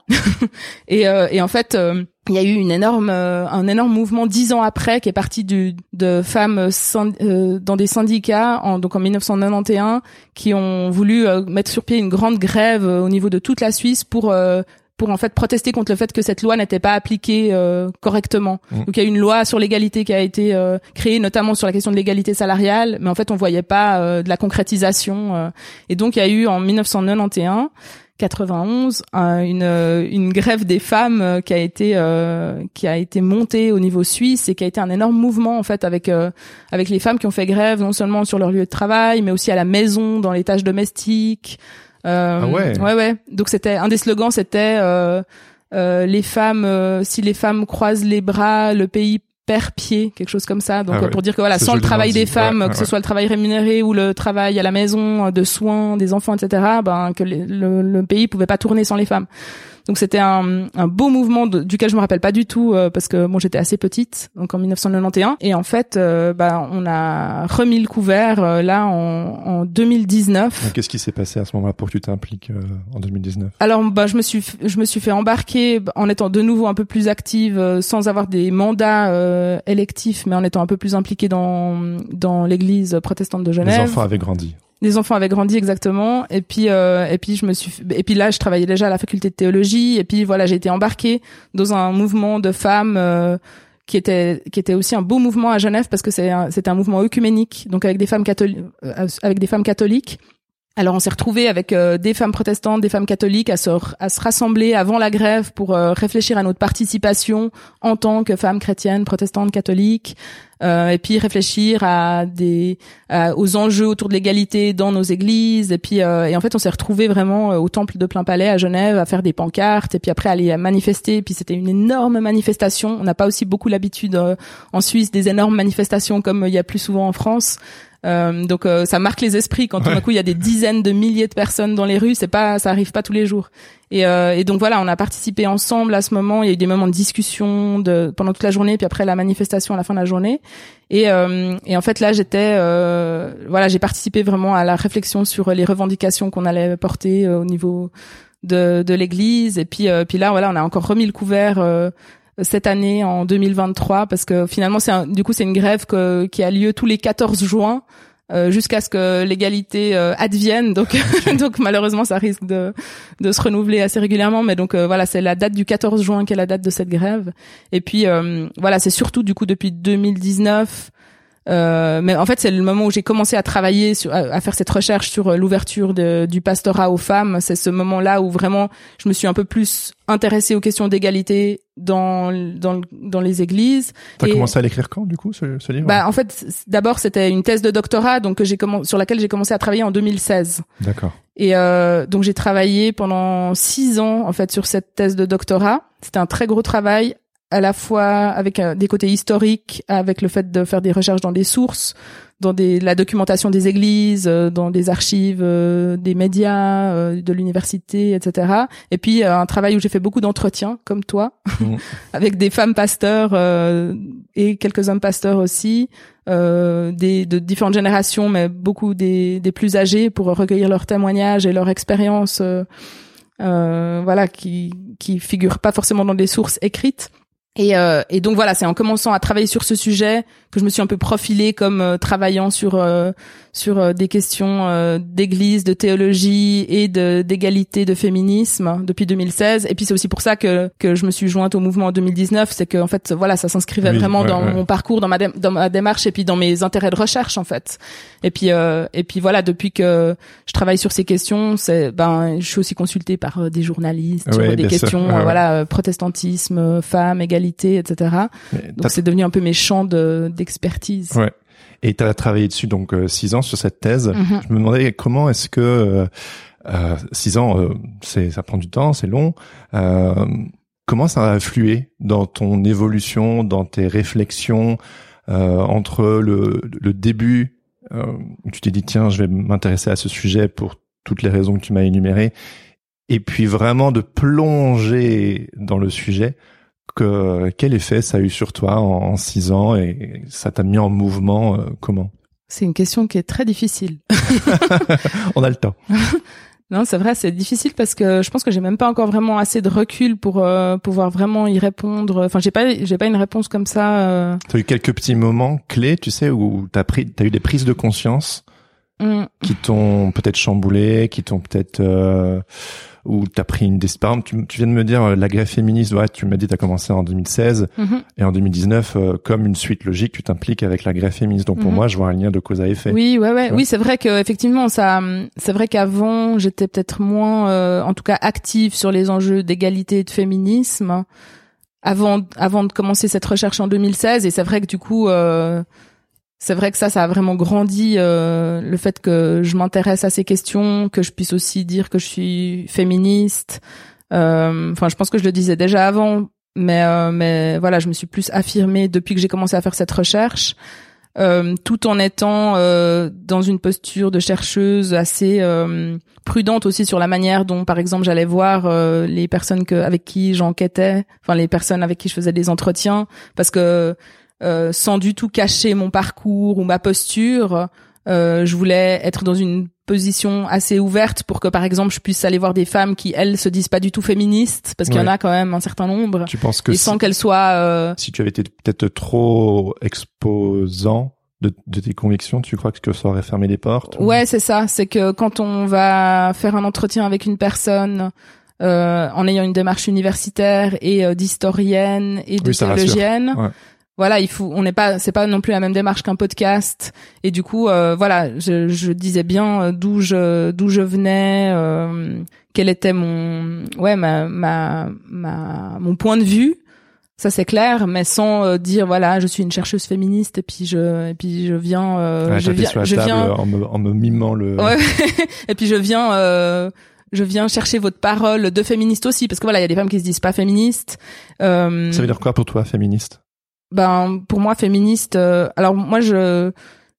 et, euh, et en fait. Euh, Il y a eu une énorme, euh, un énorme mouvement dix ans après qui est parti du, de femmes synd- euh, dans des syndicats, en, donc en mille neuf cent quatre-vingt-onze, qui ont voulu euh, mettre sur pied une grande grève euh, au niveau de toute la Suisse pour euh, pour en fait protester contre le fait que cette loi n'était pas appliquée euh, correctement. Mmh. Donc il y a une loi sur l'égalité qui a été euh, créée, notamment sur la question de l'égalité salariale, mais en fait on voyait pas euh, de la concrétisation. Euh, et donc il y a eu en mille neuf cent quatre-vingt-onze quatre-vingt-onze une une grève des femmes qui a été euh, qui a été montée au niveau suisse et qui a été un énorme mouvement en fait avec euh, avec les femmes qui ont fait grève non seulement sur leur lieu de travail mais aussi à la maison dans les tâches domestiques. Euh, ah ouais. Ouais ouais. Donc c'était un des slogans, c'était euh, euh, les femmes euh, si les femmes croisent les bras, le pays perd pied, quelque chose comme ça. Donc ah ouais. pour dire que voilà, c'est sans le travail des femmes, ouais, que ouais, ce soit le travail rémunéré ou le travail à la maison, de soins des enfants, et cetera, ben que le, le, le pays pouvait pas tourner sans les femmes. Donc c'était un, un beau mouvement de, duquel je me rappelle pas du tout euh, parce que bon j'étais assez petite, donc en mille neuf cent quatre-vingt-onze. Et en fait, euh, bah on a remis le couvert euh, là en, en deux mille dix-neuf. Donc, qu'est-ce qui s'est passé à ce moment-là pour que tu t'impliques euh, en deux mille dix-neuf? Alors bah je me suis je me suis fait embarquer en étant de nouveau un peu plus active, euh, sans avoir des mandats euh, électifs, mais en étant un peu plus impliquée dans dans l'Église protestante de Genève. Les enfants avaient grandi. Les enfants avaient grandi exactement et puis euh, et puis je me suis et puis là je travaillais déjà à la faculté de théologie et puis voilà j'ai été embarquée dans un mouvement de femmes euh, qui était qui était aussi un beau mouvement à Genève parce que c'est un, c'était un mouvement œcuménique donc avec des femmes catholiques euh, avec des femmes catholiques. Alors on s'est retrouvés avec euh, des femmes protestantes, des femmes catholiques à se à se rassembler avant la grève pour euh, réfléchir à notre participation en tant que femmes chrétiennes, protestantes, catholiques, euh, et puis réfléchir à des à, aux enjeux autour de l'égalité dans nos églises. Et puis euh, et en fait on s'est retrouvés vraiment euh, au temple de Plainpalais à Genève à faire des pancartes et puis après aller à manifester. Et puis c'était une énorme manifestation. On n'a pas aussi beaucoup l'habitude euh, en Suisse des énormes manifestations comme il y a plus souvent en France. Euh, donc euh, ça marque les esprits quand tout d'un coup il y a des dizaines de milliers de personnes dans les rues, c'est pas, ça arrive pas tous les jours. Et, euh, et donc voilà, on a participé ensemble à ce moment. Il y a eu des moments de discussion de pendant toute la journée, puis après la manifestation à la fin de la journée. Et, euh, et en fait là j'étais, euh, voilà, j'ai participé vraiment à la réflexion sur les revendications qu'on allait porter euh, au niveau de, de l'Église. Et puis, euh, puis là voilà, on a encore remis le couvert. Euh, cette année en deux mille vingt-trois parce que finalement c'est un, du coup c'est une grève que, qui a lieu tous les quatorze juin euh, jusqu'à ce que l'égalité euh, advienne donc donc malheureusement ça risque de de se renouveler assez régulièrement mais donc euh, voilà c'est la date du quatorze juin qui est la date de cette grève et puis euh, voilà c'est surtout du coup depuis deux mille dix-neuf Euh, mais en fait, c'est le moment où j'ai commencé à travailler sur, à, à faire cette recherche sur l'ouverture de, du pastorat aux femmes. C'est ce moment-là où vraiment, je me suis un peu plus intéressée aux questions d'égalité dans dans dans les églises. T'as et, commencé à l'écrire quand, du coup, ce, ce livre? Bah, en fait, d'abord, c'était une thèse de doctorat, donc que j'ai commen- sur laquelle j'ai commencé à travailler en deux mille seize. D'accord. Et euh, donc j'ai travaillé pendant six ans en fait sur cette thèse de doctorat. C'était un très gros travail, à la fois avec euh, des côtés historiques, avec le fait de faire des recherches dans des sources, dans des, la documentation des églises, euh, dans des archives euh, des médias, euh, de l'université, et cetera. Et puis euh, un travail où j'ai fait beaucoup d'entretiens, comme toi, mmh. avec des femmes pasteurs euh, et quelques hommes pasteurs aussi. Euh, des de différentes générations, mais beaucoup des des plus âgés, pour recueillir leurs témoignages et leurs expériences, euh, euh, voilà, qui qui figurent pas forcément dans des sources écrites. Et, euh, et donc voilà, c'est en commençant à travailler sur ce sujet que je me suis un peu profilée comme euh, travaillant sur euh, sur euh, des questions euh, d'église, de théologie et de d'égalité, de féminisme depuis deux mille seize. Et puis c'est aussi pour ça que que je me suis jointe au mouvement en deux mille dix-neuf, c'est que en fait voilà, ça s'inscrivait oui, vraiment ouais, dans ouais. mon parcours, dans ma dé- dans ma démarche et puis dans mes intérêts de recherche en fait. Et puis euh, et puis voilà, depuis que je travaille sur ces questions, c'est ben je suis aussi consultée par euh, des journalistes ouais, sur des questions ouais, euh, voilà, euh, protestantisme, femmes, égalité, et cetera. Mais donc c'est devenu un peu mes champs de d'expertise. Ouais. Et tu as travaillé dessus donc euh, six ans sur cette thèse. Mm-hmm. Je me demandais comment est-ce que euh, euh, six ans, euh, c'est ça prend du temps, c'est long. Euh, comment ça a influé dans ton évolution, dans tes réflexions euh, entre le, le début euh, où tu t'es dit tiens, je vais m'intéresser à ce sujet pour toutes les raisons que tu m'as énumérées, et puis vraiment de plonger dans le sujet. Que, quel effet ça a eu sur toi en, en six ans et ça t'a mis en mouvement euh, comment? C'est une question qui est très difficile. On a le temps. Non, c'est vrai, c'est difficile parce que je pense que j'ai même pas encore vraiment assez de recul pour euh, pouvoir vraiment y répondre. Enfin, j'ai pas, j'ai pas une réponse comme ça. Euh... T'as eu quelques petits moments clés, tu sais, où t'as pris, t'as eu des prises de conscience mm. qui t'ont peut-être chamboulé, qui t'ont peut-être euh, où t'as pris une décision. Par exemple, tu, tu viens de me dire la grève féministe. Ouais, tu m'as dit t'as commencé en deux mille seize mm-hmm. et en deux mille dix-neuf, euh, comme une suite logique, tu t'impliques avec la grève féministe. Donc pour mm-hmm. moi, je vois un lien de cause à effet. Oui, ouais, ouais, ouais. Oui, c'est vrai que effectivement, ça, c'est vrai qu'avant, j'étais peut-être moins, euh, en tout cas, active sur les enjeux d'égalité et de féminisme avant, avant de commencer cette recherche en deux mille seize. Et c'est vrai que du coup. Euh, C'est vrai que ça, ça a vraiment grandi, euh, le fait que je m'intéresse à ces questions, que je puisse aussi dire que je suis féministe. Euh, enfin, je pense que je le disais déjà avant, mais euh, mais voilà, je me suis plus affirmée depuis que j'ai commencé à faire cette recherche, euh, tout en étant euh, dans une posture de chercheuse assez euh, prudente aussi sur la manière dont, par exemple, j'allais voir euh, les personnes que avec qui j'enquêtais, enfin les personnes avec qui je faisais des entretiens, parce que Euh, sans du tout cacher mon parcours ou ma posture, euh, je voulais être dans une position assez ouverte pour que, par exemple, je puisse aller voir des femmes qui, elles, se disent pas du tout féministes, parce qu'il ouais. y en a quand même un certain nombre. Tu penses que et si, sans qu'elles soient... Euh... Si tu avais été peut-être trop exposant de, de tes convictions, tu crois que ça aurait fermé les portes? Ouais, ou... c'est ça. C'est que quand on va faire un entretien avec une personne... Euh, en ayant une démarche universitaire et euh, d'historienne et de oui, théologienne... Voilà, il faut, on n'est pas, c'est pas non plus la même démarche qu'un podcast. Et du coup, euh, voilà, je, je disais bien d'où je, d'où je venais, euh, quel était mon, ouais, ma, ma, ma, mon point de vue. Ça c'est clair, mais sans euh, dire voilà, je suis une chercheuse féministe et puis je, et puis je viens, euh, ouais, je viens, sur la je table viens, en me, en me mimant le. Ouais. Et puis je viens. Euh, Je viens chercher votre parole de féministe aussi, parce que voilà, il y a des femmes qui se disent pas féministes. Euh, Ça veut dire quoi pour toi, féministe? Ben pour moi féministe euh, alors moi je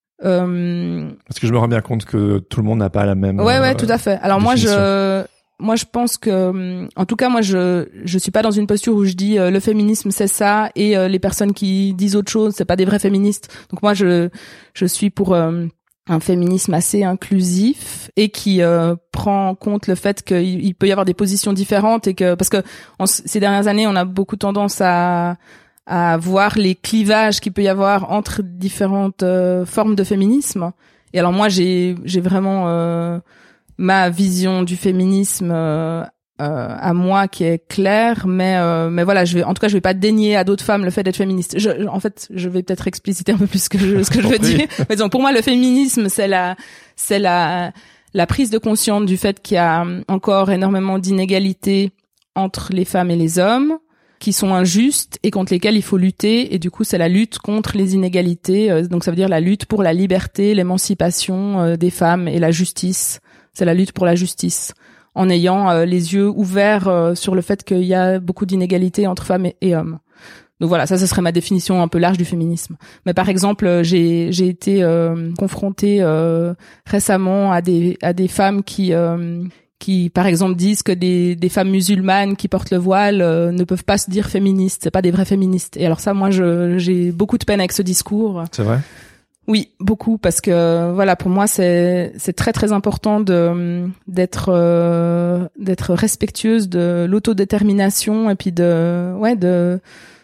euh, parce que je me rends bien compte que tout le monde n'a pas la même ouais ouais euh, tout à fait alors définition. moi je moi je pense que en tout cas moi je je suis pas dans une posture où je dis euh, le féminisme c'est ça et euh, les personnes qui disent autre chose c'est pas des vrais féministes. Donc moi je je suis pour euh, un féminisme assez inclusif et qui euh, prend en compte le fait qu'il il peut y avoir des positions différentes et que parce que en, ces dernières années on a beaucoup tendance à à voir les clivages qu'il peut y avoir entre différentes euh, formes de féminisme. Et alors moi, j'ai j'ai vraiment euh, ma vision du féminisme euh, euh, à moi qui est claire, mais euh, mais voilà, je vais en tout cas, je vais pas dénier à d'autres femmes le fait d'être féministe. Je, en fait, je vais peut-être expliciter un peu plus ce que je, ce que je veux dire. Mais donc, pour moi, le féminisme, c'est la c'est la la prise de conscience du fait qu'il y a encore énormément d'inégalités entre les femmes et les hommes, qui sont injustes et contre lesquelles il faut lutter. Et du coup, c'est la lutte contre les inégalités. Donc, ça veut dire la lutte pour la liberté, l'émancipation euh, des femmes et la justice. c'est la lutte pour la justice, en ayant euh, les yeux ouverts euh, sur le fait qu'il y a beaucoup d'inégalités entre femmes et, et hommes. Donc voilà, ça, ce serait ma définition un peu large du féminisme. Mais par exemple, j'ai j'ai été euh, confrontée euh, récemment à des à des femmes qui euh, qui par exemple disent que des des femmes musulmanes qui portent le voile euh, ne peuvent pas se dire féministes, c'est pas des vraies féministes. Et alors ça, moi, je j'ai beaucoup de peine avec ce discours. C'est vrai? Oui, beaucoup, parce que voilà, pour moi, c'est c'est très très important de d'être euh, d'être respectueuse de l'autodétermination et puis de ouais de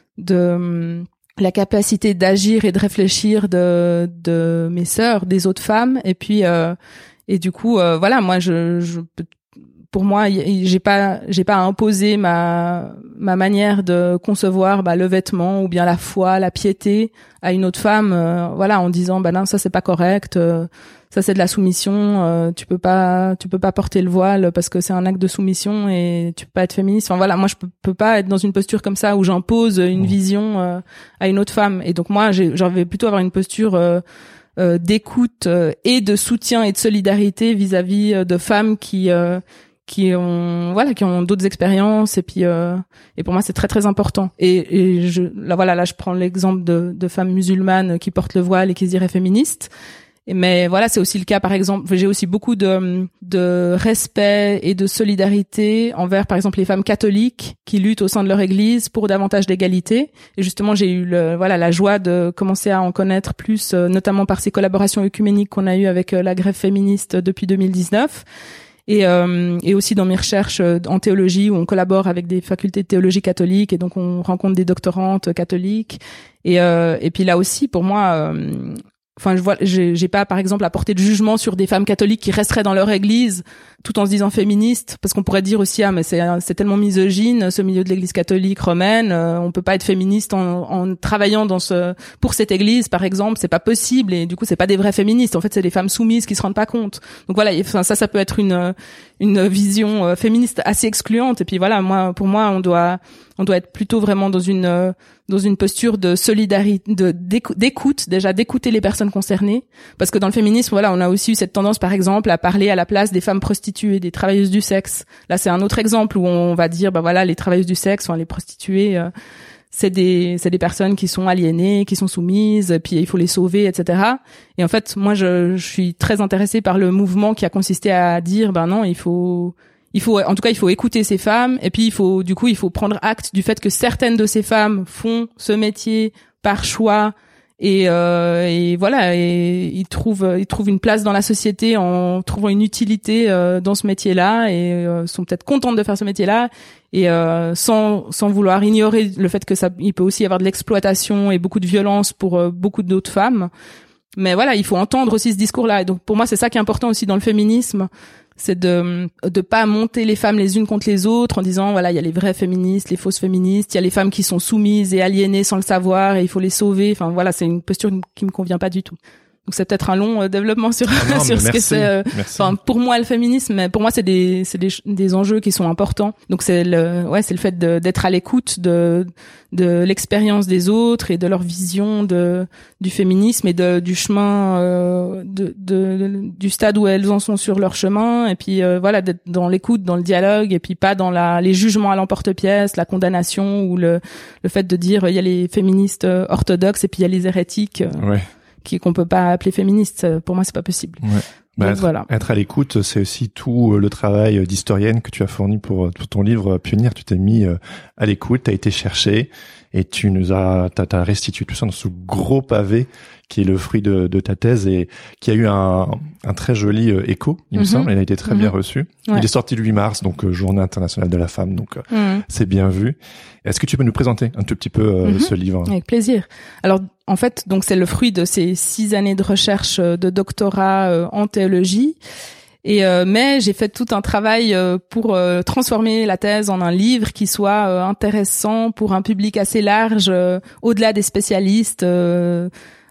de la capacité d'agir et de réfléchir de de mes sœurs, des autres femmes, et puis euh, et du coup euh, voilà, moi je je pour moi j'ai pas j'ai pas à imposer ma ma manière de concevoir bah, le vêtement ou bien la foi, la piété à une autre femme, euh, voilà, en disant bah non, ça c'est pas correct, euh, ça c'est de la soumission, euh, tu peux pas tu peux pas porter le voile parce que c'est un acte de soumission et tu peux pas être féministe. Enfin voilà, moi je peux, peux pas être dans une posture comme ça où j'impose une vision euh, à une autre femme. Et donc moi j'ai j'avais plutôt avoir une posture euh, euh, d'écoute euh, et de soutien et de solidarité vis-à-vis euh, de femmes qui euh, qui ont voilà qui ont d'autres expériences, et puis euh, et pour moi c'est très très important. Et, et je là voilà là je prends l'exemple de, de femmes musulmanes qui portent le voile et qui se diraient féministes. Mais voilà, c'est aussi le cas, par exemple, j'ai aussi beaucoup de, de respect et de solidarité envers, par exemple, les femmes catholiques qui luttent au sein de leur église pour davantage d'égalité. Et justement, j'ai eu le, voilà, la joie de commencer à en connaître plus, notamment par ces collaborations œcuméniques qu'on a eues avec la grève féministe depuis deux mille dix-neuf. Et, euh, et aussi dans mes recherches en théologie où on collabore avec des facultés de théologie catholique, et donc on rencontre des doctorantes catholiques. Et, euh, et puis là aussi, pour moi, euh, Enfin, je vois, j'ai, j'ai pas, par exemple, à porter de jugement sur des femmes catholiques qui resteraient dans leur église, tout en se disant féministes, parce qu'on pourrait dire aussi, ah, mais c'est, c'est tellement misogyne, ce milieu de l'église catholique romaine, euh, on peut pas être féministe en, en travaillant dans ce, pour cette église, par exemple, c'est pas possible, et du coup, c'est pas des vraies féministes, en fait, c'est des femmes soumises qui se rendent pas compte. Donc voilà, enfin, ça, ça peut être une, une vision féministe assez excluante, et puis voilà, moi, pour moi, on doit, on doit être plutôt vraiment dans une, dans une posture de solidarité, de d'écoute, déjà d'écouter les personnes concernées, parce que dans le féminisme, voilà, on a aussi eu cette tendance, par exemple, à parler à la place des femmes prostituées, des travailleuses du sexe. Là, c'est un autre exemple où on va dire, bah voilà, les travailleuses du sexe, enfin les prostituées, euh, c'est des c'est des personnes qui sont aliénées, qui sont soumises, puis il faut les sauver, et cetera. Et en fait, moi, je, je suis très intéressée par le mouvement qui a consisté à dire, ben non, il faut Il faut, en tout cas, il faut écouter ces femmes, et puis il faut, du coup, il faut prendre acte du fait que certaines de ces femmes font ce métier par choix, et, euh, et voilà, et ils trouvent, ils trouvent une place dans la société en trouvant une utilité euh, dans ce métier-là, et euh, sont peut-être contentes de faire ce métier-là, et euh, sans, sans vouloir ignorer le fait que ça, il peut aussi y avoir de l'exploitation et beaucoup de violence pour euh, beaucoup d'autres femmes. Mais voilà, il faut entendre aussi ce discours-là. Et donc, pour moi, c'est ça qui est important aussi dans le féminisme. C'est de de pas monter les femmes les unes contre les autres en disant voilà, il y a les vraies féministes, les fausses féministes, il y a les femmes qui sont soumises et aliénées sans le savoir et il faut les sauver. Enfin voilà, c'est une posture qui me convient pas du tout. Donc c'est peut-être un long euh, développement sur ah non, sur ce merci, que c'est euh, enfin pour moi le féminisme, mais pour moi c'est des c'est des des enjeux qui sont importants. Donc c'est le ouais, c'est le fait de d'être à l'écoute de de l'expérience des autres et de leur vision de du féminisme et de du chemin euh, de, de, de du stade où elles en sont sur leur chemin, et puis euh, voilà, d'être dans l'écoute, dans le dialogue, et puis pas dans la les jugements à l'emporte-pièce, la condamnation ou le le fait de dire il y a les féministes orthodoxes et puis il y a les hérétiques. Euh, ouais. qui qu'on peut pas appeler féministes. Pour moi, c'est pas possible. Ouais. Bah, Donc, être, voilà. être à l'écoute, c'est aussi tout le travail d'historienne que tu as fourni pour, pour ton livre Pionnière. Tu t'es mis à l'écoute, t'as été chercher, et tu nous as, t'as, t'as restitué tout ça dans ce gros pavé qui est le fruit de, de ta thèse et qui a eu un, un très joli écho, il me mm-hmm. semble. Il a été très mm-hmm. bien reçu. Ouais. Il est sorti le huit mars, donc Journée internationale de la femme, donc mm-hmm. c'est bien vu. Est-ce que tu peux nous présenter un tout petit peu euh, mm-hmm. ce livre? Avec plaisir. Alors, en fait, donc c'est le fruit de ces six années de recherche de doctorat euh, en théologie. Et euh, mais j'ai fait tout un travail euh, pour euh, transformer la thèse en un livre qui soit euh, intéressant pour un public assez large, euh, au-delà des spécialistes euh,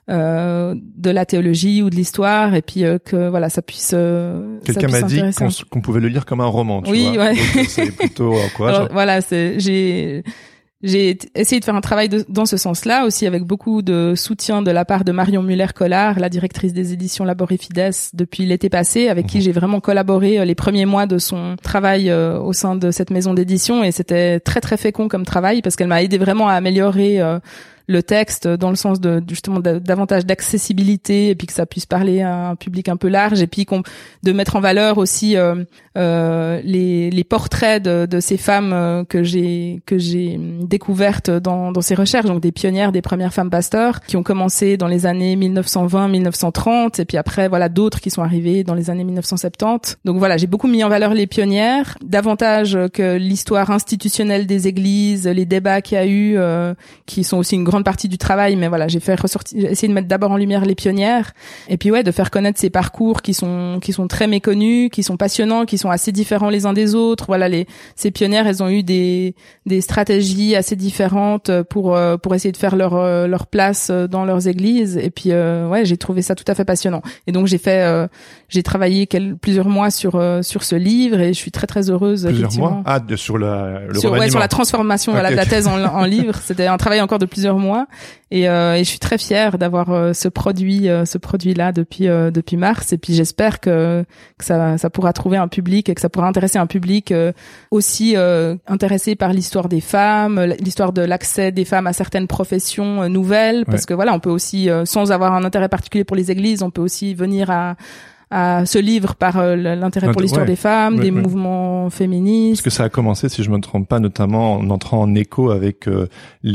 euh, de la théologie ou de l'histoire, et puis euh, que voilà, ça puisse. Euh, Quelqu'un ça puisse m'a dit qu'on, qu'on pouvait le lire comme un roman. Tu oui, vois. ouais. Donc, c'est plutôt encourageant. Voilà, c'est j'ai. j'ai essayé de faire un travail de, dans ce sens-là, aussi avec beaucoup de soutien de la part de Marion Muller-Collard, la directrice des éditions Labor et Fides depuis l'été passé, avec mmh. qui j'ai vraiment collaboré les premiers mois de son travail euh, au sein de cette maison d'édition, et c'était très très fécond comme travail parce qu'elle m'a aidé vraiment à améliorer euh, le texte dans le sens de justement de, davantage d'accessibilité et puis que ça puisse parler à un public un peu large et puis qu'on, de mettre en valeur aussi euh, euh, les, les portraits de, de ces femmes euh, que j'ai que j'ai découvertes dans, dans ces recherches, donc des pionnières, des premières femmes pasteurs qui ont commencé dans les années mille neuf cent vingt mille neuf cent trente et puis après voilà d'autres qui sont arrivées dans les années mille neuf cent soixante-dix. Donc voilà, j'ai beaucoup mis en valeur les pionnières, davantage que l'histoire institutionnelle des églises, les débats qu'il y a eu euh, qui sont aussi une grande partie du travail, mais voilà, j'ai fait ressortir, j'ai essayé de mettre d'abord en lumière les pionnières, et puis ouais, de faire connaître ces parcours qui sont qui sont très méconnus, qui sont passionnants, qui sont assez différents les uns des autres. Voilà, les ces pionnières, elles ont eu des des stratégies assez différentes pour pour essayer de faire leur leur place dans leurs églises, et puis euh, ouais, j'ai trouvé ça tout à fait passionnant. Et donc j'ai fait euh, j'ai travaillé quel, plusieurs mois sur euh, sur ce livre, et je suis très très heureuse. Plusieurs mois ah de, sur la le sur, ouais, sur la transformation okay, voilà de la thèse en, en livre. C'était un travail encore de plusieurs mois. Et, euh, et je suis très fière d'avoir euh, ce produit, euh, ce produit-là depuis euh, depuis mars. Et puis j'espère que, que ça, ça pourra trouver un public et que ça pourra intéresser un public euh, aussi euh, intéressé par l'histoire des femmes, l'histoire de l'accès des femmes à certaines professions euh, nouvelles. Parce ouais. que voilà, on peut aussi, euh, sans avoir un intérêt particulier pour les églises, on peut aussi venir à à ce livre par euh, l'intérêt pour l'histoire ouais, des femmes, ouais, des ouais. mouvements féministes. Parce que ça a commencé, si je me trompe pas, notamment en entrant en écho avec euh,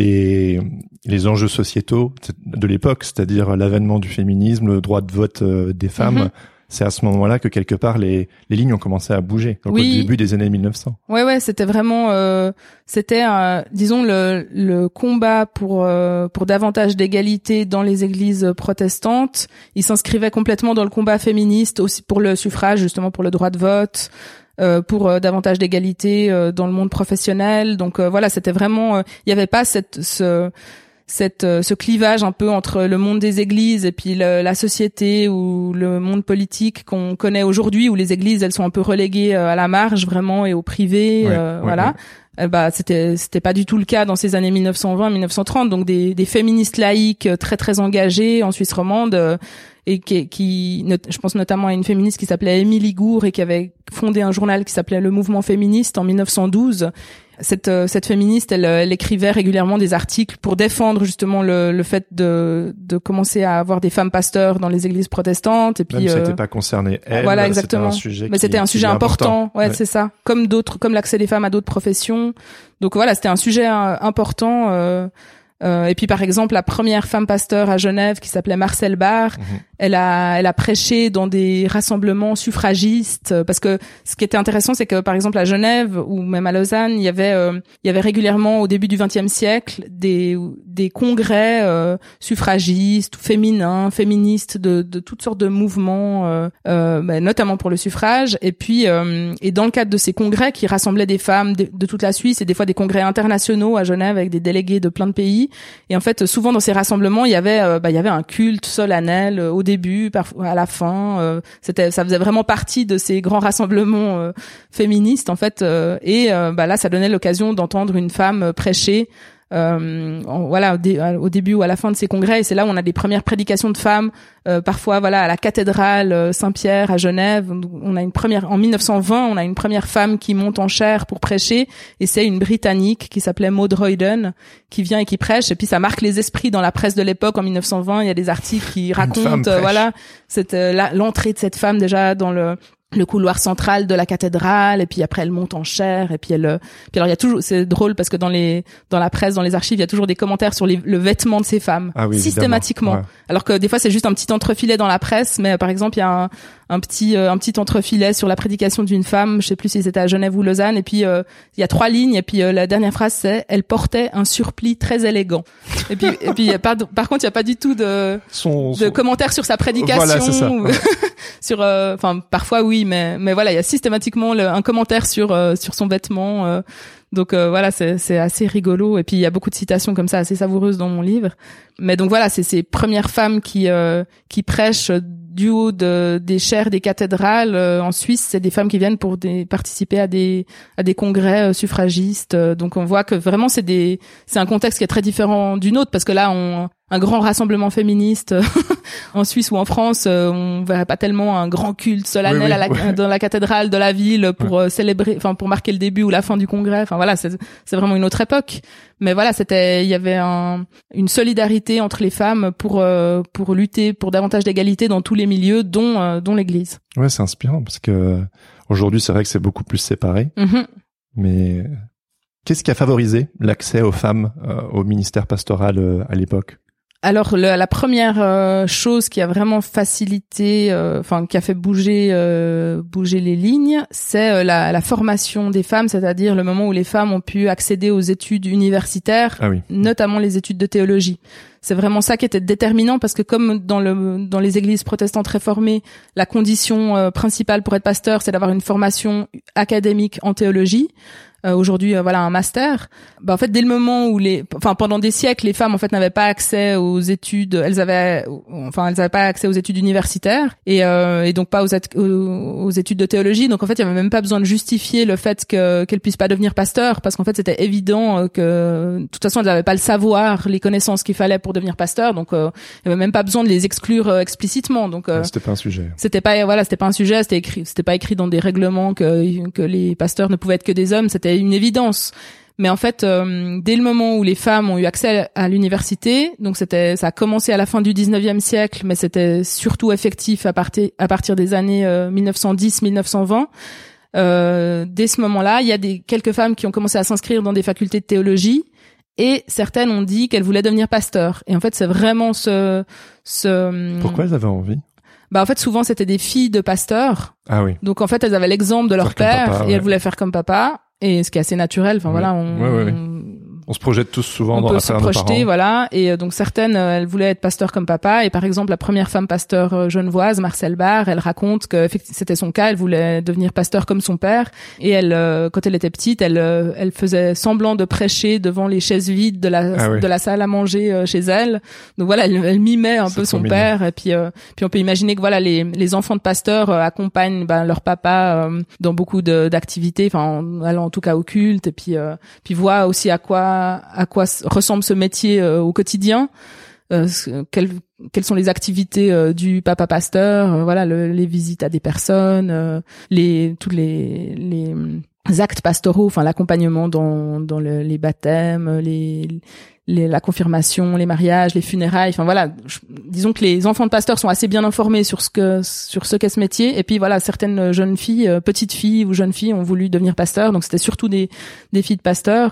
les les enjeux sociétaux de l'époque, c'est-à-dire l'avènement du féminisme, le droit de vote euh, des femmes. Mm-hmm. C'est à ce moment-là que quelque part les les lignes ont commencé à bouger. Donc oui. Au début des années mille neuf cents. Ouais ouais, c'était vraiment euh, c'était euh, disons le le combat pour euh, pour davantage d'égalité dans les églises protestantes. Il s'inscrivait complètement dans le combat féministe aussi pour le suffrage, justement pour le droit de vote. Euh, pour euh, davantage d'égalité euh, dans le monde professionnel. Donc euh, voilà, c'était vraiment, il euh, y avait pas cette ce cette euh, ce clivage un peu entre le monde des églises et puis le, la société ou le monde politique qu'on connaît aujourd'hui, où les églises elles sont un peu reléguées euh, à la marge vraiment et au privé. Ouais, euh, ouais, voilà. Ouais. Euh, bah c'était c'était pas du tout le cas dans ces années mille neuf cent vingt mille neuf cent trente. Donc des des féministes laïques très très engagées en Suisse romande. Euh, et qui, qui, je pense notamment à une féministe qui s'appelait Émilie Gour et qui avait fondé un journal qui s'appelait Le Mouvement Féministe en mille neuf cent douze. Cette, cette féministe, elle, elle écrivait régulièrement des articles pour défendre justement le, le fait de, de commencer à avoir des femmes pasteurs dans les églises protestantes. Et puis, même si c'était euh, pas concerné elle. Voilà, exactement. C'était un sujet, Mais qui, c'était un sujet important. important. Ouais, ouais, c'est ça. Comme d'autres, comme l'accès des femmes à d'autres professions. Donc voilà, c'était un sujet euh, important. Euh, Euh, et puis par exemple la première femme pasteur à Genève qui s'appelait Marcelle Barr, mmh. elle a elle a prêché dans des rassemblements suffragistes, parce que ce qui était intéressant c'est que par exemple à Genève ou même à Lausanne il y avait euh, il y avait régulièrement au début du vingtième siècle des des congrès euh, suffragistes ou féminins, féministes de de toutes sortes de mouvements euh, euh, bah, notamment pour le suffrage, et puis euh, et dans le cadre de ces congrès qui rassemblaient des femmes de, de toute la Suisse et des fois des congrès internationaux à Genève avec des délégués de plein de pays. Et en fait, souvent dans ces rassemblements, il y avait, euh, bah, il y avait un culte solennel euh, au début, parfois à la fin. Euh, c'était, ça faisait vraiment partie de ces grands rassemblements euh, féministes, en fait. Euh, et euh, bah là, ça donnait l'occasion d'entendre une femme prêcher. Euh, voilà au, dé, au début ou à la fin de ces congrès, et c'est là où on a des premières prédications de femmes, euh, parfois voilà à la cathédrale Saint-Pierre à Genève. On a une première en mille neuf cent vingt, on a une première femme qui monte en chaire pour prêcher, et c'est une Britannique qui s'appelait Maud Royden qui vient et qui prêche, et puis ça marque les esprits dans la presse de l'époque. En mille neuf cent vingt, il y a des articles qui racontent euh, voilà cette euh, la, l'entrée de cette femme déjà dans le le couloir central de la cathédrale, et puis après elle monte en chaire, et puis elle puis alors il y a toujours, c'est drôle parce que dans les dans la presse, dans les archives, il y a toujours des commentaires sur les, le vêtement de ces femmes, ah oui, systématiquement, ouais. Alors que des fois c'est juste un petit entrefilet dans la presse, mais par exemple il y a un un petit euh, un petit entrefilet sur la prédication d'une femme, je sais plus si c'était à Genève ou Lausanne, et puis euh, il y a trois lignes, et puis euh, la dernière phrase c'est elle portait un surplis très élégant, et puis et puis y a pas de, par contre il y a pas du tout de son, de son... commentaires sur sa prédication, voilà, c'est ça. ou... Ouais. sur, enfin euh, parfois oui, mais mais voilà, il y a systématiquement le, un commentaire sur euh, sur son vêtement. Euh, donc euh, voilà, c'est c'est assez rigolo. Et puis il y a beaucoup de citations comme ça, assez savoureuses dans mon livre. Mais donc voilà, c'est ces premières femmes qui euh, qui prêchent du haut de, des chaires des cathédrales euh, en Suisse. C'est des femmes qui viennent pour des, participer à des à des congrès euh, suffragistes. Euh, donc on voit que vraiment c'est des c'est un contexte qui est très différent du nôtre, parce que là on un grand rassemblement féministe en Suisse ou en France, euh, on verrait pas tellement un grand culte solennel oui, oui, à la, ouais. dans la cathédrale de la ville pour ouais. euh, célébrer, enfin pour marquer le début ou la fin du congrès. Enfin voilà, c'est c'est vraiment une autre époque. Mais voilà, c'était il y avait un une solidarité entre les femmes pour euh, pour lutter pour davantage d'égalité dans tous les milieux, dont euh, dont l'Église. Ouais, c'est inspirant parce que aujourd'hui c'est vrai que c'est beaucoup plus séparé. Mm-hmm. Mais qu'est-ce qui a favorisé l'accès aux femmes euh, au ministère pastoral euh, à l'époque? Alors le, la première euh, chose qui a vraiment facilité, enfin euh, qui a fait bouger euh, bouger les lignes, c'est euh, la, la formation des femmes, c'est-à-dire le moment où les femmes ont pu accéder aux études universitaires, ah oui. notamment les études de théologie. C'est vraiment ça qui était déterminant, parce que comme dans le dans les églises protestantes réformées, la condition euh, principale pour être pasteur, c'est d'avoir une formation académique en théologie. Euh, aujourd'hui euh, voilà un master. Bah en fait dès le moment où les enfin pendant des siècles les femmes en fait n'avaient pas accès aux études, elles avaient enfin elles avaient pas accès aux études universitaires et euh, et donc pas aux, aux aux études de théologie. Donc en fait il y avait même pas besoin de justifier le fait que qu'elles puissent pas devenir pasteurs, parce qu'en fait c'était évident que de toute façon elles n'avaient pas le savoir, les connaissances qu'il fallait pour devenir pasteur. Donc euh, il y avait même pas besoin de les exclure euh, explicitement. Donc euh, c'était pas un sujet. C'était pas voilà, c'était pas un sujet, c'était écrit c'était pas écrit dans des règlements que que les pasteurs ne pouvaient être que des hommes, c'était une évidence. Mais en fait, euh, dès le moment où les femmes ont eu accès à l'université, donc c'était, ça a commencé à la fin du dix-neuvième siècle, mais c'était surtout effectif à partir à partir des années euh, mille neuf cent dix mille neuf cent vingt. Euh, dès ce moment-là, il y a des quelques femmes qui ont commencé à s'inscrire dans des facultés de théologie, et certaines ont dit qu'elles voulaient devenir pasteurs. Et en fait, c'est vraiment ce ce. Pourquoi elles avaient envie? Bah en fait souvent c'était des filles de pasteurs. Ah oui. Donc en fait elles avaient l'exemple de leur faire père papa, et ouais. elles voulaient faire comme papa, et ce qui est assez naturel. Enfin oui. voilà, on, ouais, ouais, ouais. on se projette tous souvent on dans peut la se faire de nos projeter, parents. voilà. Et donc certaines elles voulaient être pasteurs comme papa, et par exemple la première femme pasteur genevoise, Marcelle Barre, elle raconte que c'était son cas, elle voulait devenir pasteur comme son père, et elle quand elle était petite, elle elle faisait semblant de prêcher devant les chaises vides de la ah oui. de la salle à manger chez elle. Donc voilà, elle, elle mimait un peu son père, et puis euh, puis on peut imaginer que voilà les les enfants de pasteurs euh, accompagnent ben, leur papa euh, dans beaucoup de d'activités, enfin en allant en tout cas au culte, et puis euh, puis voient aussi à quoi à quoi ressemble ce métier euh, au quotidien, euh, quelles quelles sont les activités euh, du papa pasteur, euh, voilà le, les visites à des personnes, euh, les tous les les actes pastoraux, enfin l'accompagnement dans dans le, les baptêmes, les Les, la confirmation, les mariages, les funérailles, enfin voilà, je, disons que les enfants de pasteurs sont assez bien informés sur ce que sur ce qu'est ce métier. Et puis voilà, certaines jeunes filles, euh, petites filles ou jeunes filles ont voulu devenir pasteurs, donc c'était surtout des des filles de pasteurs.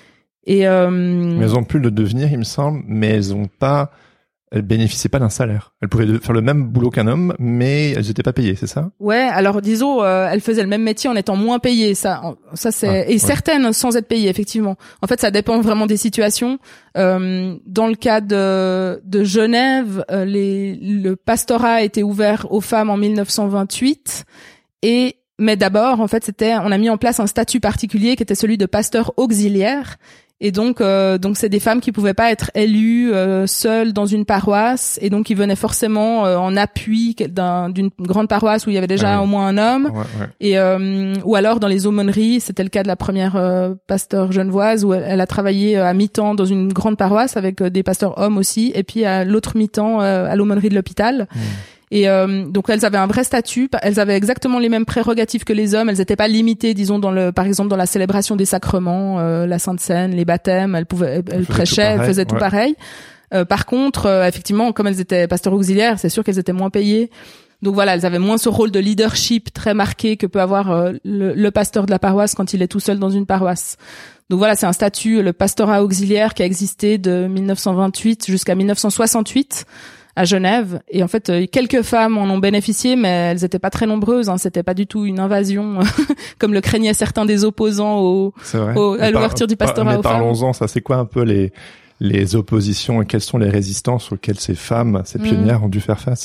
Et euh, mais elles ont pu le devenir, il me semble, mais elles ont pas elles bénéficiaient pas d'un salaire. Elles pouvaient faire le même boulot qu'un homme, mais elles étaient pas payées, c'est ça? Ouais, alors disons, euh, elles faisaient le même métier en étant moins payées. Ça, ça c'est ah, et ouais. certaines sans être payées, effectivement. En fait, ça dépend vraiment des situations. Euh, dans le cas de, de Genève, euh, les, le pastorat a été ouvert aux femmes en mille neuf cent vingt-huit, et mais d'abord, en fait, c'était, on a mis en place un statut particulier qui était celui de pasteur auxiliaire. Et donc, euh, donc c'est des femmes qui pouvaient pas être élues euh, seules dans une paroisse, et donc ils venaient forcément euh, en appui d'un, d'une grande paroisse où il y avait déjà ah oui. au moins un homme, ouais, ouais. et euh, ou alors dans les aumôneries. C'était le cas de la première euh, pasteur genevoise, où elle, elle a travaillé à mi-temps dans une grande paroisse avec euh, des pasteurs hommes aussi, et puis à l'autre mi-temps euh, à l'aumônerie de l'hôpital. Mmh. Et euh, donc elles avaient un vrai statut, elles avaient exactement les mêmes prérogatives que les hommes, elles n'étaient pas limitées, disons dans le, par exemple dans la célébration des sacrements, euh, la Sainte Seine, les baptêmes, elles pouvaient, elles, elles prêchaient, elles faisaient tout ouais. pareil. Euh, par contre, euh, effectivement, comme elles étaient pasteurs auxiliaires, c'est sûr qu'elles étaient moins payées. Donc voilà, elles avaient moins ce rôle de leadership très marqué que peut avoir euh, le, le pasteur de la paroisse quand il est tout seul dans une paroisse. Donc voilà, c'est un statut, le pastorat auxiliaire, qui a existé de mille neuf cent vingt-huit jusqu'à mille neuf cent soixante-huit. À Genève, et en fait quelques femmes en ont bénéficié, mais elles étaient pas très nombreuses, hein. C'était pas du tout une invasion comme le craignaient certains des opposants au, au à l'ouverture du pastorat aux femmes. Mais parlons-en, ça c'est quoi un peu les les oppositions et quelles sont les résistances auxquelles ces femmes, ces pionnières mmh. ont dû faire face?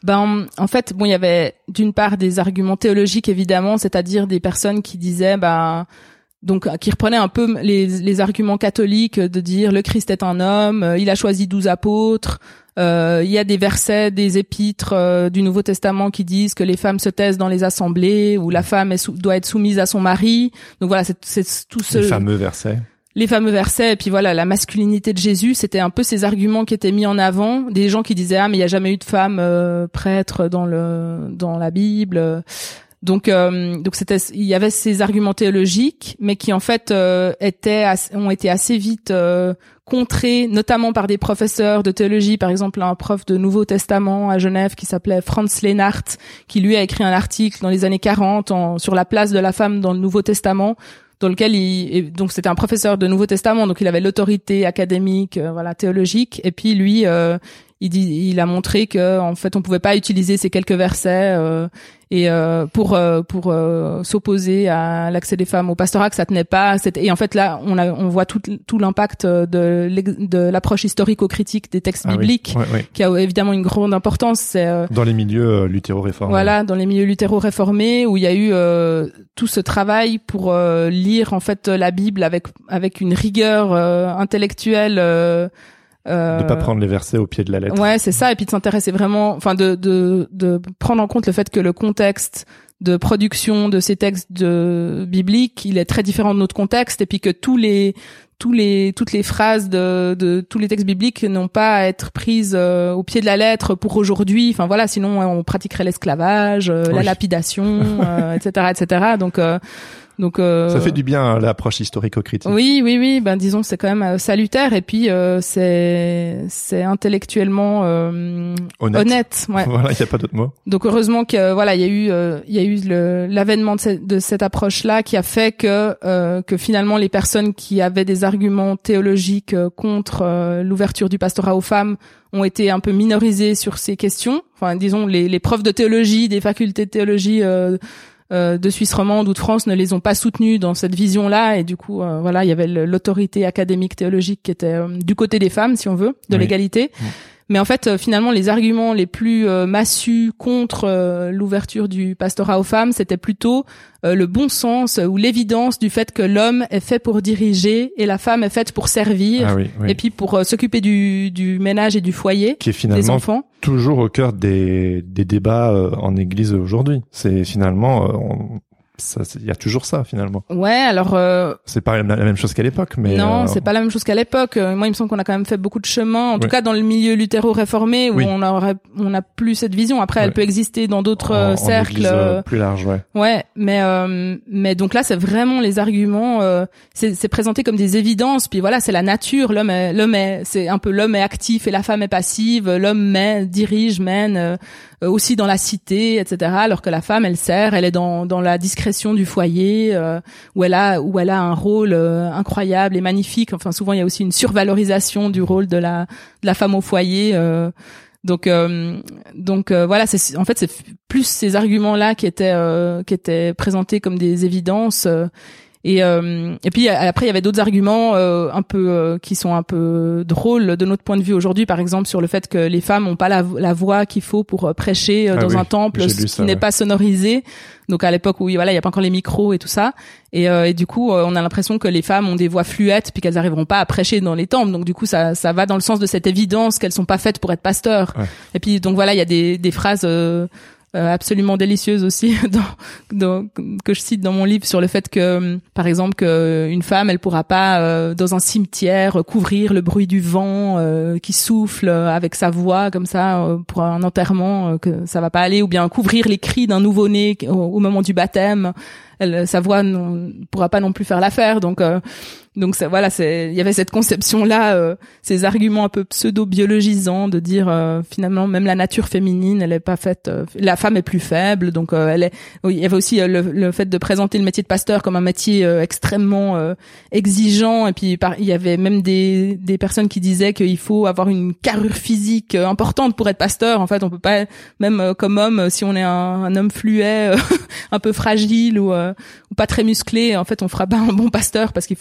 Ben, en fait, bon, il y avait d'une part des arguments théologiques évidemment, c'est-à-dire des personnes qui disaient, ben, donc qui reprenaient un peu les, les arguments catholiques de dire le Christ est un homme, il a choisi douze apôtres. Euh, il y a des versets, des épîtres euh, du Nouveau Testament qui disent que les femmes se taisent dans les assemblées, où la femme est sou- doit être soumise à son mari. Donc voilà, c'est, c'est tout ce les fameux versets. Les fameux versets, et puis voilà, la masculinité de Jésus, c'était un peu ces arguments qui étaient mis en avant, des gens qui disaient ah mais il y a jamais eu de femme euh, prêtre dans le dans la Bible. Donc euh, donc c'était il y avait ces arguments théologiques, mais qui en fait euh, étaient assez, ont été assez vite euh, contrés, notamment par des professeurs de théologie, par exemple un prof de Nouveau Testament à Genève qui s'appelait Franz Lenart, qui lui a écrit un article dans les années quarante en, sur la place de la femme dans le Nouveau Testament, dans lequel il et donc c'était un professeur de Nouveau Testament, donc il avait l'autorité académique, euh, voilà, théologique, et puis lui euh, il dit il a montré que en fait on pouvait pas utiliser ces quelques versets euh, et euh, pour euh, pour euh, s'opposer à l'accès des femmes au pastorat, que ça tenait pas. C'était, et en fait là on a on voit tout tout l'impact de de l'approche historico-critique des textes ah bibliques, oui, ouais, ouais. qui a évidemment une grande importance. C'est euh, dans les milieux euh, luthéro-réformés. Voilà, dans les milieux luthéro-réformés où il y a eu euh, tout ce travail pour euh, lire en fait la Bible avec avec une rigueur euh, intellectuelle. Euh, Euh, de pas prendre les versets au pied de la lettre. Ouais, c'est ça, et puis de s'intéresser vraiment, enfin de de de prendre en compte le fait que le contexte de production de ces textes de bibliques, il est très différent de notre contexte, et puis que tous les tous les toutes les phrases de de tous les textes bibliques n'ont pas à être prises euh, au pied de la lettre pour aujourd'hui. Enfin voilà, sinon on pratiquerait l'esclavage, euh, oui. la lapidation, euh, et cetera, et cetera. Donc euh, Donc euh, ça fait du bien hein, l'approche historico-critique. Oui, oui, oui. Ben disons c'est quand même euh, salutaire, et puis euh, c'est c'est intellectuellement euh, honnête. honnête ouais. Voilà, il y a pas d'autre mot. Donc heureusement que voilà, il y a eu euh, il y a eu le l'avènement de cette, de cette approche-là qui a fait que euh, que finalement les personnes qui avaient des arguments théologiques euh, contre euh, l'ouverture du pastorat aux femmes ont été un peu minorisées sur ces questions. Enfin, disons les les profs de théologie des facultés de théologie euh, Euh, de Suisse romande ou de France ne les ont pas soutenus dans cette vision-là, et du coup euh, voilà, il y avait l'autorité académique théologique qui était euh, du côté des femmes, si on veut, de oui. l'égalité. Oui. Mais en fait euh, finalement les arguments les plus euh, massus contre euh, l'ouverture du pastorat aux femmes, c'était plutôt euh, le bon sens euh, ou l'évidence du fait que l'homme est fait pour diriger et la femme est faite pour servir, ah oui, oui. et puis pour euh, s'occuper du du ménage et du foyer, qui est finalement des enfants. Toujours au cœur des des débats euh, en église aujourd'hui. C'est finalement euh, on... ça, il y a toujours ça finalement. Ouais, alors euh... c'est pas la même chose qu'à l'époque, mais non, euh... c'est pas la même chose qu'à l'époque. Moi, il me semble qu'on a quand même fait beaucoup de chemin, en oui. tout cas dans le milieu luthéro-réformé, où oui. on aurait, on n'a plus cette vision. Après, ouais. elle peut exister dans d'autres en, cercles en euh, plus large, ouais. Ouais, mais euh, mais donc là, c'est vraiment les arguments. Euh, c'est, c'est présenté comme des évidences. Puis voilà, c'est la nature. L'homme est, l'homme est, c'est un peu l'homme est actif et la femme est passive. L'homme mène, dirige, mène. Euh, aussi dans la cité, et cetera. Alors que la femme, elle sert, elle est dans dans la discrétion du foyer, euh, où elle a où elle a un rôle euh, incroyable et magnifique. Enfin, souvent il y a aussi une survalorisation du rôle de la de la femme au foyer. Euh, donc euh, donc euh, voilà, c'est en fait c'est plus ces arguments-là qui étaient euh, qui étaient présentés comme des évidences. Euh, Et, euh, et puis après il y avait d'autres arguments euh, un peu euh, qui sont un peu drôles de notre point de vue aujourd'hui, par exemple sur le fait que les femmes n'ont pas la, la voix qu'il faut pour prêcher euh, ah dans oui, un temple qui ça, n'est ouais. pas sonorisé. Donc à l'époque où voilà il y a pas encore les micros et tout ça, et, euh, et du coup euh, on a l'impression que les femmes ont des voix fluettes puis qu'elles arriveront pas à prêcher dans les temples. Donc du coup ça ça va dans le sens de cette évidence qu'elles sont pas faites pour être pasteurs. Ouais. Et puis donc voilà il y a des des phrases euh, Euh, absolument délicieuse aussi dans, dans, que je cite dans mon livre sur le fait que par exemple que une femme elle pourra pas euh, dans un cimetière couvrir le bruit du vent euh, qui souffle avec sa voix comme ça euh, pour un enterrement, euh, que ça va pas aller, ou bien couvrir les cris d'un nouveau-né au, au moment du baptême, elle, sa voix ne pourra pas non plus faire l'affaire. Donc euh, donc ça, voilà, c'est il y avait cette conception là, euh, ces arguments un peu pseudo-biologisants de dire euh, finalement même la nature féminine elle est pas faite, euh, la femme est plus faible, donc euh, elle est. Il y avait aussi euh, le, le fait de présenter le métier de pasteur comme un métier euh, extrêmement euh, exigeant, et puis par, il y avait même des des personnes qui disaient qu'il faut avoir une carrure physique euh, importante pour être pasteur. En fait, on peut pas, même euh, comme homme, si on est un, un homme fluet, euh, un peu fragile ou, euh, ou pas très musclé, en fait, on fera pas un bon pasteur, parce qu'il faut vraiment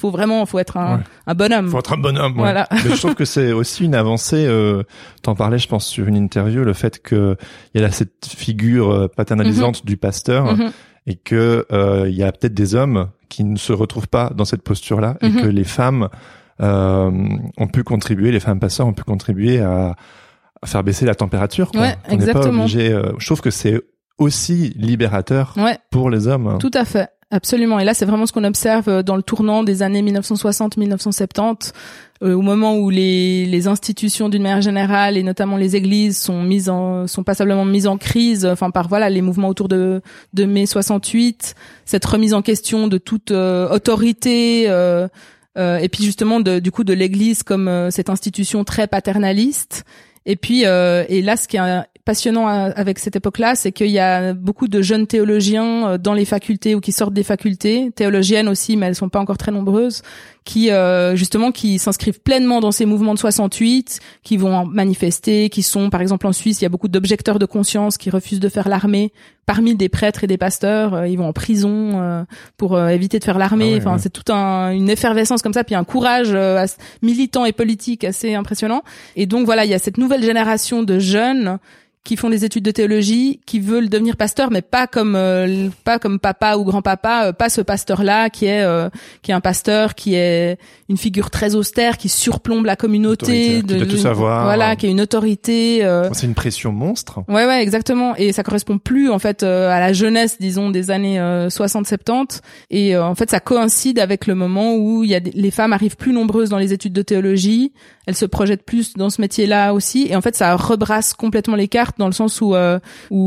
non, faut être un, ouais. un bonhomme. Faut être un bonhomme. Ouais. Voilà. Mais je trouve que c'est aussi une avancée. Euh, t'en parlais, je pense, sur une interview, le fait que il y a là cette figure paternalisante mm-hmm. du pasteur mm-hmm. et que euh, il y a peut-être des hommes qui ne se retrouvent pas dans cette posture-là mm-hmm. et que les femmes euh, ont pu contribuer, les femmes pasteurs ont pu contribuer à, à faire baisser la température. Quoi. Ouais, On exactement. n'est pas obligé. Euh, je trouve que c'est aussi libérateur ouais. pour les hommes. Tout à fait. Absolument. Et là, c'est vraiment ce qu'on observe dans le tournant des années dix-neuf cent soixante dix-neuf cent soixante-dix, euh, au moment où les, les institutions d'une manière générale et notamment les églises sont mises en, sont passablement mises en crise, enfin par voilà les mouvements autour de, de mai soixante-huit, cette remise en question de toute euh, autorité, euh, euh, et puis justement de, du coup de l'église comme euh, cette institution très paternaliste. Et puis euh, et là, ce qui est passionnant avec cette époque-là, c'est qu'il y a beaucoup de jeunes théologiens dans les facultés ou qui sortent des facultés, théologiennes aussi, mais elles sont pas encore très nombreuses, qui euh, justement qui s'inscrivent pleinement dans ces mouvements de soixante-huit, qui vont manifester, qui sont par exemple en Suisse, il y a beaucoup d'objecteurs de conscience qui refusent de faire l'armée. Parmi des prêtres et des pasteurs, euh, ils vont en prison euh, pour euh, éviter de faire l'armée. Ah ouais, enfin, ouais. c'est toute un, une effervescence comme ça, puis un courage euh, militant et politique assez impressionnant. Et donc voilà, il y a cette nouvelle génération de jeunes qui font des études de théologie, qui veulent devenir pasteurs, mais pas comme euh, pas comme papa ou grand-papa, euh, pas ce pasteur-là qui est euh, qui est un pasteur qui est une figure très austère, qui surplombe la communauté, de, qui doit tout savoir, voilà, qui a une autorité. Euh... C'est une pression monstre. Ouais, ouais, exactement. Et ça correspond plus en fait euh, à la jeunesse, disons, des années euh, soixante soixante-dix. Et euh, en fait, ça coïncide avec le moment où il y a des... les femmes arrivent plus nombreuses dans les études de théologie. Elles se projettent plus dans ce métier-là aussi. Et en fait, ça rebrasse complètement les cartes dans le sens où euh,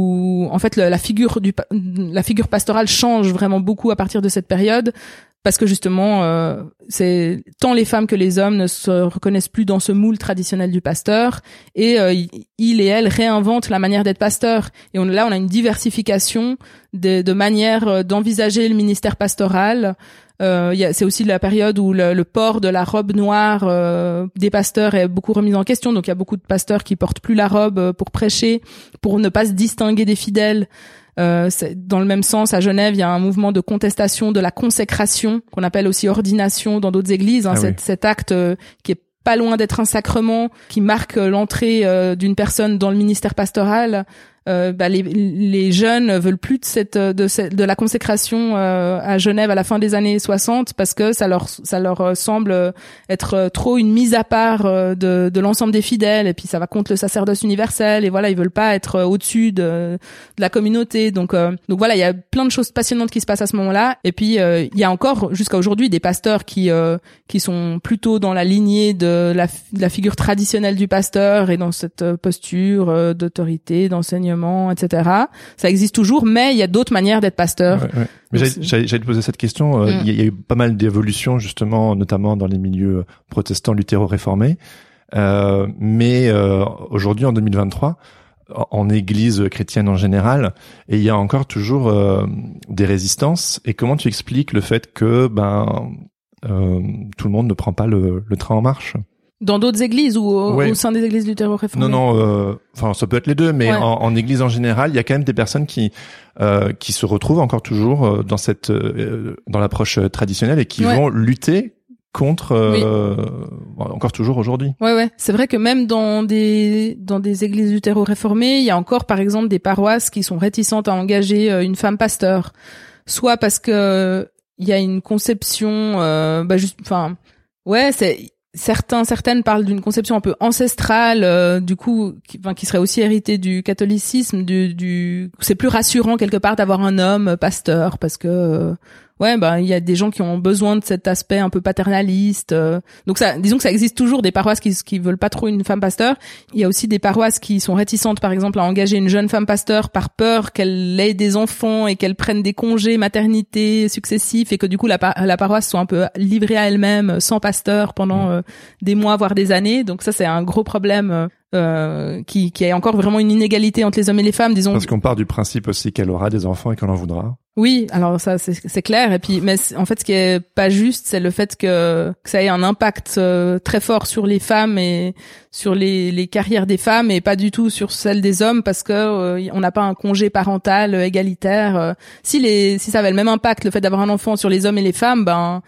où en fait le, la figure du la figure pastorale change vraiment beaucoup à partir de cette période, parce que justement euh, c'est tant les femmes que les hommes ne se reconnaissent plus dans ce moule traditionnel du pasteur, et euh, ils et elles réinventent la manière d'être pasteur. Et on, là on a une diversification de, de manières d'envisager le ministère pastoral. Euh, y a, c'est aussi la période où le, le port de la robe noire euh, des pasteurs est beaucoup remis en question. Donc il y a beaucoup de pasteurs qui portent plus la robe euh, pour prêcher, pour ne pas se distinguer des fidèles. Euh, c'est, dans le même sens, à Genève, il y a un mouvement de contestation de la consécration, qu'on appelle aussi ordination dans d'autres églises. Hein, ah cet, oui. cet acte euh, qui est pas loin d'être un sacrement, qui marque l'entrée euh, d'une personne dans le ministère pastoral. Euh, bah, les, les jeunes veulent plus de cette de, cette, de la consécration euh, à Genève à la fin des années soixante, parce que ça leur ça leur semble être trop une mise à part de, de l'ensemble des fidèles, et puis ça va contre le sacerdoce universel, et voilà, ils veulent pas être au-dessus de, de la communauté. Donc euh, donc voilà, il y a plein de choses passionnantes qui se passent à ce moment-là. Et puis euh, il y a encore jusqu'à aujourd'hui des pasteurs qui euh, qui sont plutôt dans la lignée de la, de la figure traditionnelle du pasteur et dans cette posture euh, d'autorité, d'enseignement, et cetera. Ça existe toujours, mais il y a d'autres manières d'être pasteur. Ouais, ouais. Mais j'allais, j'allais, j'allais te poser cette question. Euh, mm. Il y a eu pas mal d'évolutions, justement, notamment dans les milieux protestants luthéro-réformés. Euh, mais euh, aujourd'hui, en deux mille vingt-trois, en église chrétienne en général, et il y a encore toujours euh, des résistances. Et comment tu expliques le fait que ben euh, tout le monde ne prend pas le, le train en marche? Dans d'autres églises ou au, ouais. au sein des églises luthéro-réformées? Non, non, euh, enfin, ça peut être les deux, mais ouais. en, en église en général, il y a quand même des personnes qui euh, qui se retrouvent encore toujours dans cette euh, dans l'approche traditionnelle et qui ouais. vont lutter contre euh, oui. encore toujours aujourd'hui. Ouais, ouais. C'est vrai que même dans des dans des églises luthéro-réformées, il y a encore, par exemple, des paroisses qui sont réticentes à engager une femme pasteur, soit parce que il y a une conception, euh, bah juste, enfin, ouais, c'est Certains, certaines parlent d'une conception un peu ancestrale, euh, du coup, qui, enfin, qui serait aussi héritée du catholicisme. Du, du, c'est plus rassurant quelque part d'avoir un homme pasteur, parce que, euh, ouais, bah, il y a des gens qui ont besoin de cet aspect un peu paternaliste. Euh, donc ça, disons que ça existe toujours des paroisses qui, qui veulent pas trop une femme pasteur. Il y a aussi des paroisses qui sont réticentes, par exemple, à engager une jeune femme pasteur par peur qu'elle ait des enfants et qu'elle prenne des congés maternité successifs, et que du coup la, la paroisse soit un peu livrée à elle-même sans pasteur pendant euh, des mois voire des années. Donc ça, c'est un gros problème euh, qui, qui est encore vraiment une inégalité entre les hommes et les femmes, disons. Parce qu'on part du principe aussi qu'elle aura des enfants et qu'elle en voudra. Oui, alors ça c'est, c'est clair. Et puis, mais en fait, ce qui est pas juste, c'est le fait que, que ça ait un impact euh, très fort sur les femmes et sur les, les carrières des femmes, et pas du tout sur celles des hommes, parce que euh, on n'a pas un congé parental euh, égalitaire. Euh, si les, si ça avait le même impact, le fait d'avoir un enfant, sur les hommes et les femmes, ben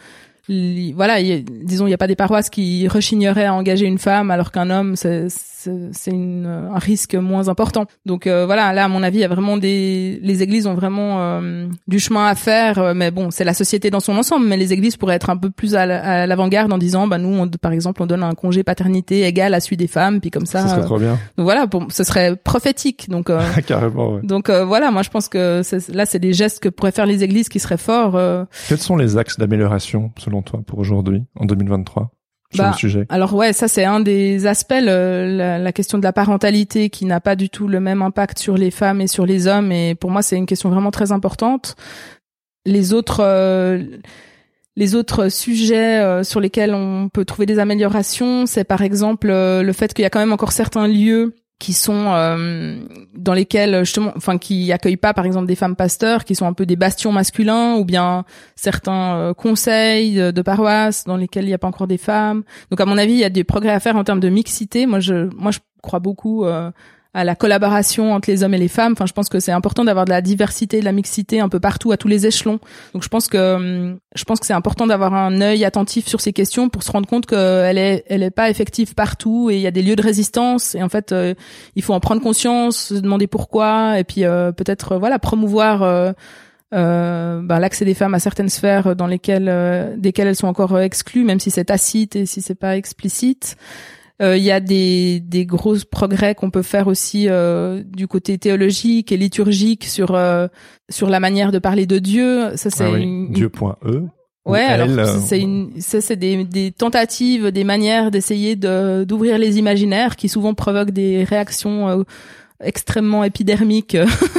les, voilà, y a, disons, il y a pas des paroisses qui rechigneraient à engager une femme alors qu'un homme, c'est, c'est, c'est une, un risque moins important. Donc euh, voilà, là à mon avis, il y a vraiment des, les églises ont vraiment euh, du chemin à faire. Mais bon, c'est la société dans son ensemble. Mais les églises pourraient être un peu plus à, à l'avant-garde en disant, bah nous, on, par exemple, on donne un congé paternité égal à celui des femmes, puis comme ça. Ça serait euh, trop bien. Donc voilà, pour, ce serait prophétique. Donc euh, carrément. Ouais. Donc euh, voilà, moi je pense que c'est, là c'est des gestes que pourraient faire les églises qui seraient forts. Euh... Quels sont les axes d'amélioration selon toi pour aujourd'hui, en deux mille vingt-trois, sur bah, le sujet? Alors ouais, ça c'est un des aspects, le, la, la question de la parentalité qui n'a pas du tout le même impact sur les femmes et sur les hommes. Et pour moi c'est une question vraiment très importante. Les autres euh, les autres sujets euh, sur lesquels on peut trouver des améliorations, c'est par exemple euh, le fait qu'il y a quand même encore certains lieux qui sont euh, dans lesquels justement, enfin qui accueillent pas par exemple des femmes pasteurs, qui sont un peu des bastions masculins, ou bien certains euh, conseils de, de paroisse dans lesquels il n'y a pas encore des femmes. Donc à mon avis, il y a des progrès à faire en termes de mixité. Moi, je, moi, je crois beaucoup euh, à la collaboration entre les hommes et les femmes. Enfin, je pense que c'est important d'avoir de la diversité, de la mixité un peu partout, à tous les échelons. Donc, je pense que je pense que c'est important d'avoir un œil attentif sur ces questions pour se rendre compte qu'elle est elle est pas effective partout et il y a des lieux de résistance. Et en fait, euh, il faut en prendre conscience, se demander pourquoi, et puis euh, peut-être euh, voilà promouvoir euh, euh, ben, l'accès des femmes à certaines sphères dans lesquelles euh, desquelles elles sont encore euh, exclues, même si c'est tacite et si c'est pas explicite. Il euh, y a des, des gros progrès qu'on peut faire aussi euh, du côté théologique et liturgique sur euh, sur la manière de parler de Dieu. Ça c'est ah oui. une... Dieu.e. Ouais, elle, alors euh... c'est une ça c'est des des tentatives, des manières d'essayer de d'ouvrir les imaginaires qui souvent provoquent des réactions euh, extrêmement épidermiques.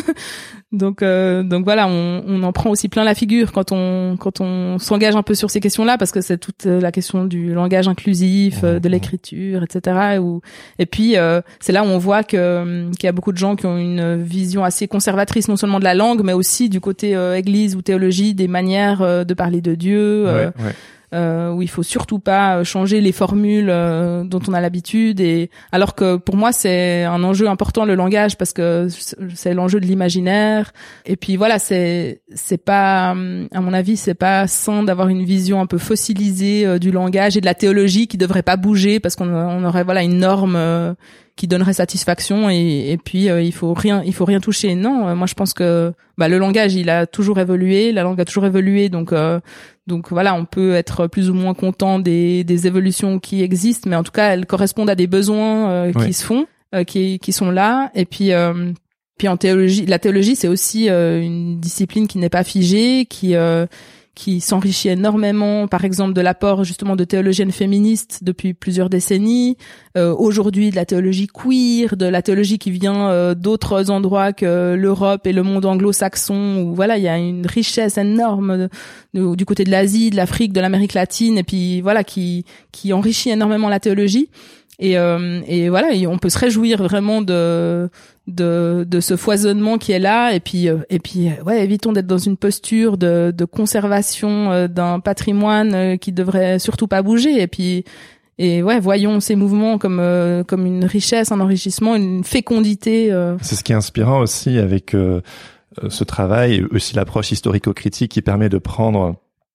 Donc, euh, donc voilà, on, on en prend aussi plein la figure quand on quand on s'engage un peu sur ces questions-là, parce que c'est toute la question du langage inclusif, de l'écriture, et cetera. Et, où, et puis euh, c'est là où on voit que qu'il y a beaucoup de gens qui ont une vision assez conservatrice, non seulement de la langue, mais aussi du côté euh, église ou théologie, des manières euh, de parler de Dieu. Euh, ouais, ouais. Euh, où il faut surtout pas changer les formules euh, dont on a l'habitude, et alors que pour moi c'est un enjeu important, le langage, parce que c'est l'enjeu de l'imaginaire. Et puis voilà, c'est c'est pas, à mon avis, c'est pas sain d'avoir une vision un peu fossilisée euh, du langage et de la théologie qui devrait pas bouger parce qu'on on aurait voilà une norme euh, qui donnerait satisfaction, et, et puis euh, il faut rien il faut rien toucher. Non, euh, moi je pense que bah le langage il a toujours évolué, la langue a toujours évolué, donc euh, donc voilà, on peut être plus ou moins content des des évolutions qui existent, mais en tout cas elles correspondent à des besoins euh, qui oui. se font, euh, qui qui sont là. Et puis euh, puis en théologie, la théologie c'est aussi euh, une discipline qui n'est pas figée, qui euh, qui s'enrichit énormément, par exemple, de l'apport justement de théologiennes féministes depuis plusieurs décennies, euh, aujourd'hui de la théologie queer, de la théologie qui vient euh, d'autres endroits que l'Europe et le monde anglo-saxon, où voilà, il y a une richesse énorme de, de, du côté de l'Asie, de l'Afrique, de l'Amérique latine, et puis voilà, qui qui enrichit énormément la théologie. Et, euh, et voilà, et on peut se réjouir vraiment de de de ce foisonnement qui est là. Et puis et puis ouais, évitons d'être dans une posture de de conservation d'un patrimoine qui devrait surtout pas bouger. Et puis et ouais, voyons ces mouvements comme euh, comme une richesse, un enrichissement, une fécondité. Euh. C'est ce qui est inspirant aussi avec euh, ce travail, et aussi l'approche historico-critique qui permet de prendre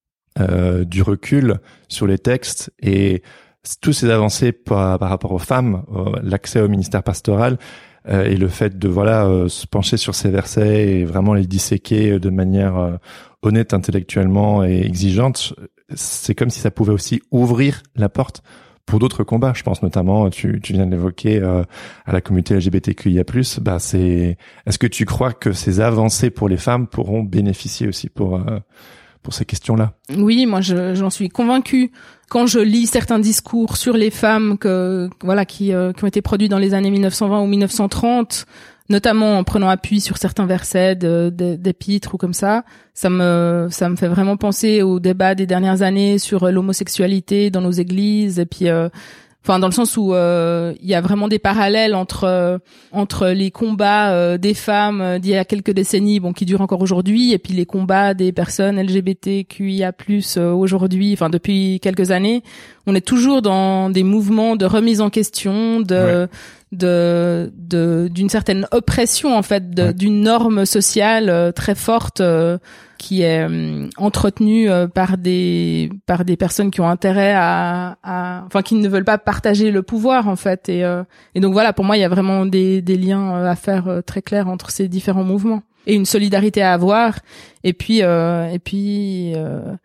euh, du recul sur les textes et tous ces avancées par, par rapport aux femmes, euh, l'accès au ministère pastoral euh, et le fait de voilà euh, se pencher sur ces versets et vraiment les disséquer de manière euh, honnête intellectuellement et exigeante, c'est comme si ça pouvait aussi ouvrir la porte pour d'autres combats. Je pense notamment, tu, tu viens de l'évoquer, euh, à la communauté L G B T Q I A plus. Bah c'est, est-ce que tu crois que ces avancées pour les femmes pourront bénéficier aussi pour euh, pour ces questions-là? Oui, moi je, j'en suis convaincue. Quand je lis certains discours sur les femmes que voilà qui euh, qui ont été produits dans les années mille neuf cent vingt ou mille neuf cent trente, notamment en prenant appui sur certains versets de, de, d'épîtres ou comme ça, ça me ça me fait vraiment penser au débat des dernières années sur l'homosexualité dans nos églises. Et puis euh, enfin dans le sens où il euh, y a vraiment des parallèles entre euh, entre les combats euh, des femmes d'il y a quelques décennies, bon qui durent encore aujourd'hui, et puis les combats des personnes L G B T Q I A plus euh, aujourd'hui, enfin depuis quelques années. On est toujours dans des mouvements de remise en question, de ouais. de, de d'une certaine oppression en fait, de, ouais. d'une norme sociale euh, très forte euh, qui est euh, entretenue euh, par des par des personnes qui ont intérêt à, à enfin qui ne veulent pas partager le pouvoir en fait. Et euh, et donc voilà, pour moi, il y a vraiment des des liens à faire euh, très clairs entre ces différents mouvements et une solidarité à avoir. Et puis euh, et puis euh,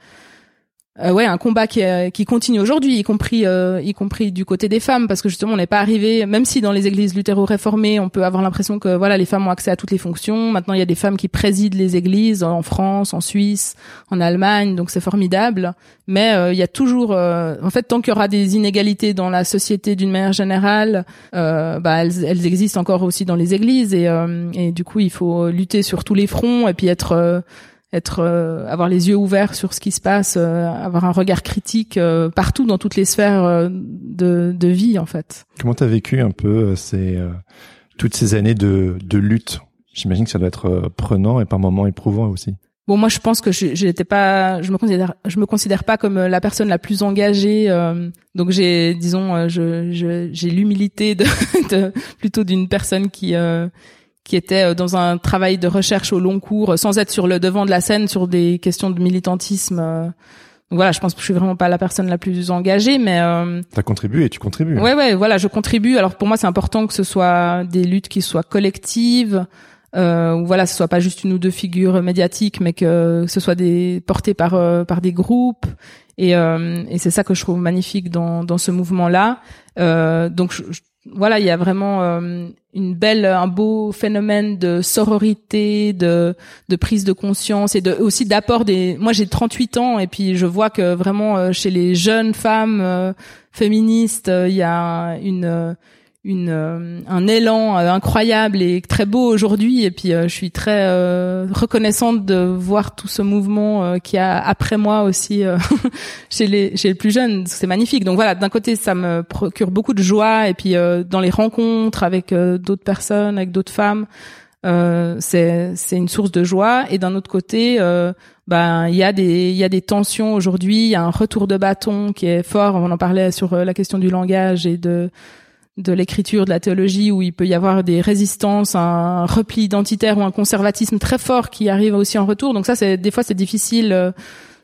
Euh, ouais, un combat qui, euh, qui continue aujourd'hui, y compris, euh, y compris du côté des femmes, parce que justement, on n'est pas arrivé, même si dans les églises luthéro-réformées, on peut avoir l'impression que voilà, les femmes ont accès à toutes les fonctions. Maintenant, il y a des femmes qui président les églises en France, en Suisse, en Allemagne, donc c'est formidable. Mais euh, il y a toujours, euh, en fait, tant qu'il y aura des inégalités dans la société d'une manière générale, euh, bah elles, elles existent encore aussi dans les églises, et, euh, et du coup, il faut lutter sur tous les fronts et puis être euh, être euh, avoir les yeux ouverts sur ce qui se passe, euh, avoir un regard critique euh, partout dans toutes les sphères euh, de de vie en fait. Comment t'as vécu un peu euh, ces euh, toutes ces années de de lutte? J'imagine que ça doit être euh, prenant et par moments éprouvant aussi. Bon, moi je pense que je j'étais pas je me considère je me considère pas comme la personne la plus engagée, euh, donc j'ai disons euh, je, je j'ai l'humilité de, de plutôt d'une personne qui euh, qui était dans un travail de recherche au long cours, sans être sur le devant de la scène sur des questions de militantisme. Donc voilà, je pense que je suis vraiment pas la personne la plus engagée, mais euh... t'as contribué et tu contribues. Ouais, ouais, voilà, je contribue. Alors pour moi, c'est important que ce soit des luttes qui soient collectives, euh, où voilà, ce soit pas juste une ou deux figures médiatiques, mais que ce soit des portées par euh, par des groupes. Et, euh, et c'est ça que je trouve magnifique dans dans ce mouvement-là. Euh, donc je, je, voilà, il y a vraiment euh, une belle, un beau phénomène de sororité, de de prise de conscience et de aussi d'apport des. Moi, j'ai trente-huit ans et puis je vois que vraiment euh, chez les jeunes femmes euh, féministes, il euh, y a une euh, une euh, un élan euh, incroyable et très beau aujourd'hui. Et puis euh, je suis très euh, reconnaissante de voir tout ce mouvement euh, qui a après moi aussi euh, chez les chez les plus jeunes. C'est magnifique. Donc voilà, d'un côté ça me procure beaucoup de joie, et puis euh, dans les rencontres avec euh, d'autres personnes, avec d'autres femmes, euh, c'est c'est une source de joie. Et d'un autre côté, euh, ben il y a des il y a des tensions aujourd'hui. Il y a un retour de bâton qui est fort. On en parlait sur euh, la question du langage et de de l'écriture, de la théologie, où il peut y avoir des résistances, un repli identitaire ou un conservatisme très fort qui arrive aussi en retour. Donc ça, c'est des fois c'est difficile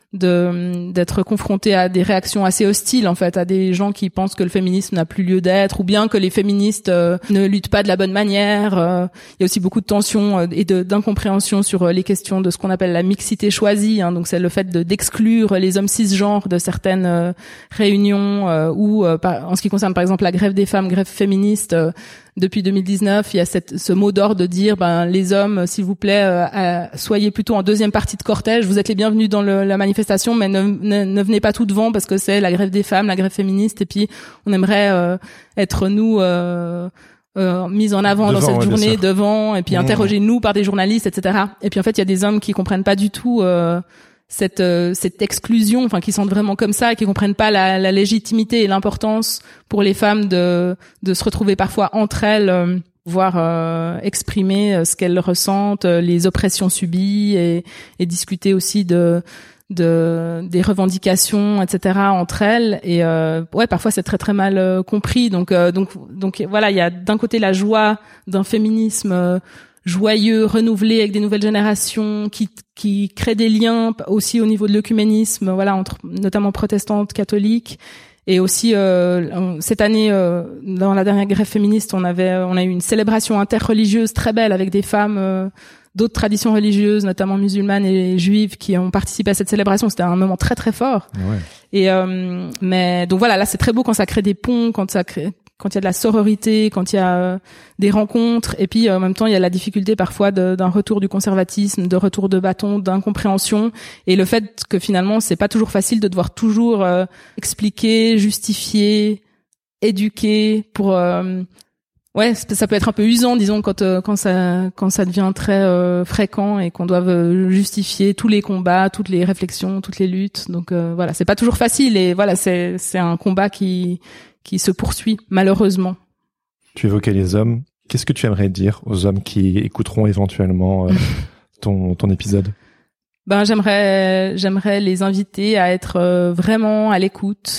de d'être confronté à des réactions assez hostiles en fait, à des gens qui pensent que le féminisme n'a plus lieu d'être, ou bien que les féministes euh, ne luttent pas de la bonne manière. Euh, il y a aussi beaucoup de tensions euh, et de d'incompréhension sur euh, les questions de ce qu'on appelle la mixité choisie, hein. Donc c'est le fait de d'exclure les hommes cisgenres de certaines euh, réunions, euh, ou euh, par, en ce qui concerne par exemple la grève des femmes, grève féministe. Euh, Depuis deux mille dix-neuf, il y a cette, ce mot d'ordre de dire, ben les hommes, s'il vous plaît, euh, euh, soyez plutôt en deuxième partie de cortège. Vous êtes les bienvenus dans le, la manifestation, mais ne, ne, ne venez pas tout devant parce que c'est la grève des femmes, la grève féministe. Et puis on aimerait euh, être nous euh, euh, mis en avant devant, dans cette ouais, journée devant, et puis mmh. interroger nous par des journalistes, et cetera. Et puis en fait, il y a des hommes qui comprennent pas du tout. Euh, cette euh, cette exclusion, enfin qui sentent vraiment comme ça et qui comprennent pas la, la légitimité et l'importance pour les femmes de de se retrouver parfois entre elles, euh, voire euh, exprimer ce qu'elles ressentent, les oppressions subies, et, et discuter aussi de de des revendications, et cetera entre elles. Et euh, ouais, parfois c'est très très mal euh, compris. Donc euh, donc donc voilà, il y a d'un côté la joie d'un féminisme euh, joyeux, renouvelé, avec des nouvelles générations, qui qui crée des liens aussi au niveau de l'œcuménisme, voilà, entre notamment protestantes, catholiques. Et aussi euh, on, cette année, euh, dans la dernière grève féministe, on avait on a eu une célébration interreligieuse très belle avec des femmes euh, d'autres traditions religieuses, notamment musulmanes et juives, qui ont participé à cette célébration. C'était un moment très très fort. Ouais. Et euh, mais donc voilà, là c'est très beau quand ça crée des ponts, quand ça crée quand il y a de la sororité, quand il y a euh, des rencontres, et puis euh, en même temps il y a la difficulté parfois de, d'un retour du conservatisme, de retour de bâton, d'incompréhension, et le fait que finalement c'est pas toujours facile de devoir toujours euh, expliquer, justifier, éduquer pour euh, ouais, ça peut être un peu usant, disons, quand euh, quand ça quand ça devient très euh, fréquent et qu'on doit euh, justifier tous les combats, toutes les réflexions, toutes les luttes. Donc euh, voilà, c'est pas toujours facile, et voilà, c'est c'est un combat qui qui se poursuit, malheureusement. Tu évoquais les hommes. Qu'est-ce que tu aimerais dire aux hommes qui écouteront éventuellement euh, ton, ton épisode? Ben, j'aimerais, j'aimerais les inviter à être euh, vraiment à l'écoute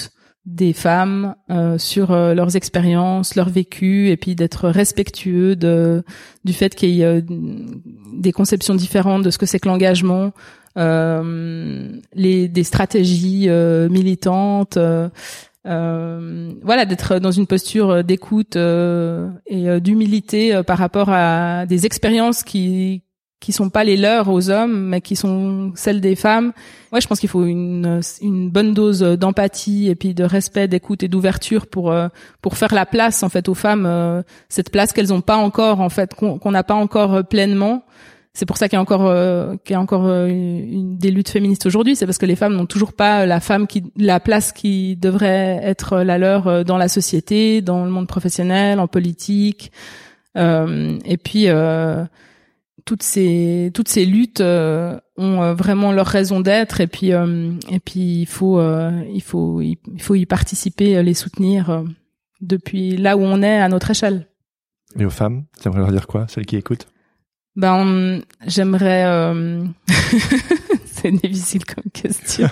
des femmes euh, sur euh, leurs expériences, leur vécu, et puis d'être respectueux de du fait qu'il y ait euh, des conceptions différentes de ce que c'est que l'engagement, euh, les des stratégies euh, militantes, euh, euh, voilà, d'être dans une posture d'écoute euh, et euh, d'humilité euh, par rapport à des expériences qui qui sont pas les leurs aux hommes, mais qui sont celles des femmes. Ouais, je pense qu'il faut une une bonne dose d'empathie et puis de respect, d'écoute et d'ouverture pour pour faire la place en fait aux femmes, cette place qu'elles ont pas encore en fait, qu'on qu'on n'a pas encore pleinement. C'est pour ça qu'il y a encore euh, qu'il y a encore euh, une, des luttes féministes aujourd'hui, c'est parce que les femmes n'ont toujours pas la femme qui la place qui devrait être la leur dans la société, dans le monde professionnel, en politique. Euh, et puis euh, toutes ces toutes ces luttes euh, ont euh, vraiment leur raison d'être, et puis euh, et puis il faut euh, il faut il faut y participer, les soutenir euh, depuis là où on est à notre échelle. Et aux femmes, tu aimerais leur dire quoi, celles qui écoutent? Ben j'aimerais euh... c'est difficile comme question.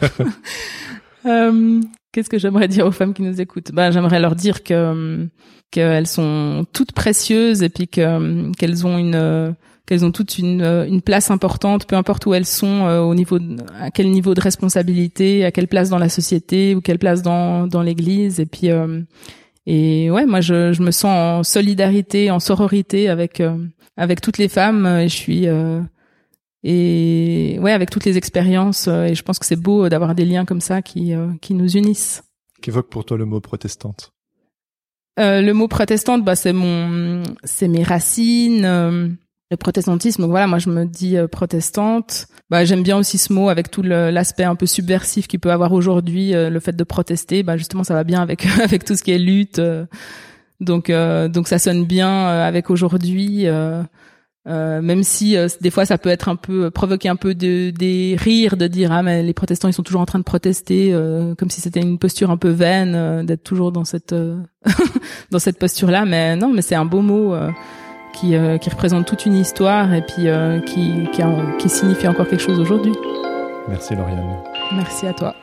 euh, qu'est-ce que j'aimerais dire aux femmes qui nous écoutent? Ben j'aimerais leur dire que qu'elles sont toutes précieuses, et puis que qu'elles ont une qu'elles ont toutes une une place importante, peu importe où elles sont, euh, au niveau de, à quel niveau de responsabilité, à quelle place dans la société, ou quelle place dans dans l'église. Et puis euh, et ouais, moi je je me sens en solidarité, en sororité avec euh, avec toutes les femmes, et je suis euh, et ouais, avec toutes les expériences, et je pense que c'est beau d'avoir des liens comme ça qui euh, qui nous unissent. Qu'évoque pour toi le mot protestante? Euh, le mot protestante, bah c'est mon c'est mes racines. Euh, Le protestantisme, donc voilà, moi je me dis euh, protestante. Bah j'aime bien aussi ce mot avec tout le, l'aspect un peu subversif qu'il peut avoir aujourd'hui, euh, le fait de protester. Bah justement ça va bien avec avec tout ce qui est lutte. Euh, donc euh, donc ça sonne bien euh, avec aujourd'hui. Euh, euh, même si euh, des fois ça peut être un peu provoquer un peu de des rires de dire ah mais les protestants ils sont toujours en train de protester, euh, comme si c'était une posture un peu vaine euh, d'être toujours dans cette euh, dans cette posture là. Mais non, mais c'est un beau mot. Euh, Qui, euh, qui représente toute une histoire, et puis euh, qui, qui, a, qui signifie encore quelque chose aujourd'hui. Merci Lauriane. Merci à toi.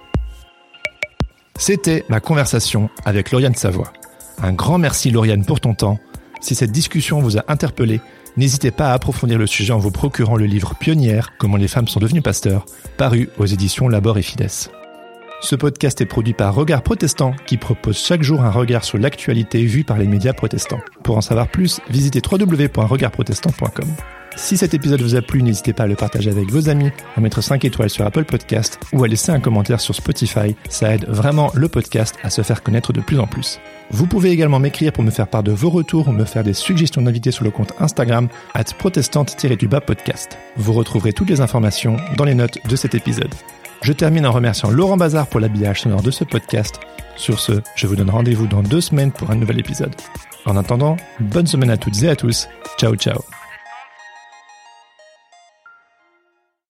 C'était ma conversation avec Lauriane Savoie. Un grand merci Lauriane pour ton temps. Si cette discussion vous a interpellé, n'hésitez pas à approfondir le sujet en vous procurant le livre Pionnières, comment les femmes sont devenues pasteurs, paru aux éditions Labor et Fides. Ce podcast est produit par Regard Protestant, qui propose chaque jour un regard sur l'actualité vue par les médias protestants. Pour en savoir plus, visitez w w w point regard protestant point com. Si cet épisode vous a plu, n'hésitez pas à le partager avec vos amis, à mettre cinq étoiles sur Apple Podcast ou à laisser un commentaire sur Spotify. Ça aide vraiment le podcast à se faire connaître de plus en plus. Vous pouvez également m'écrire pour me faire part de vos retours ou me faire des suggestions d'invités sur le compte Instagram arobase protestante-du-bas podcast. Vous retrouverez toutes les informations dans les notes de cet épisode. Je termine en remerciant Laurent Bazar pour l'habillage sonore de ce podcast. Sur ce, je vous donne rendez-vous dans deux semaines pour un nouvel épisode. En attendant, bonne semaine à toutes et à tous. Ciao, ciao.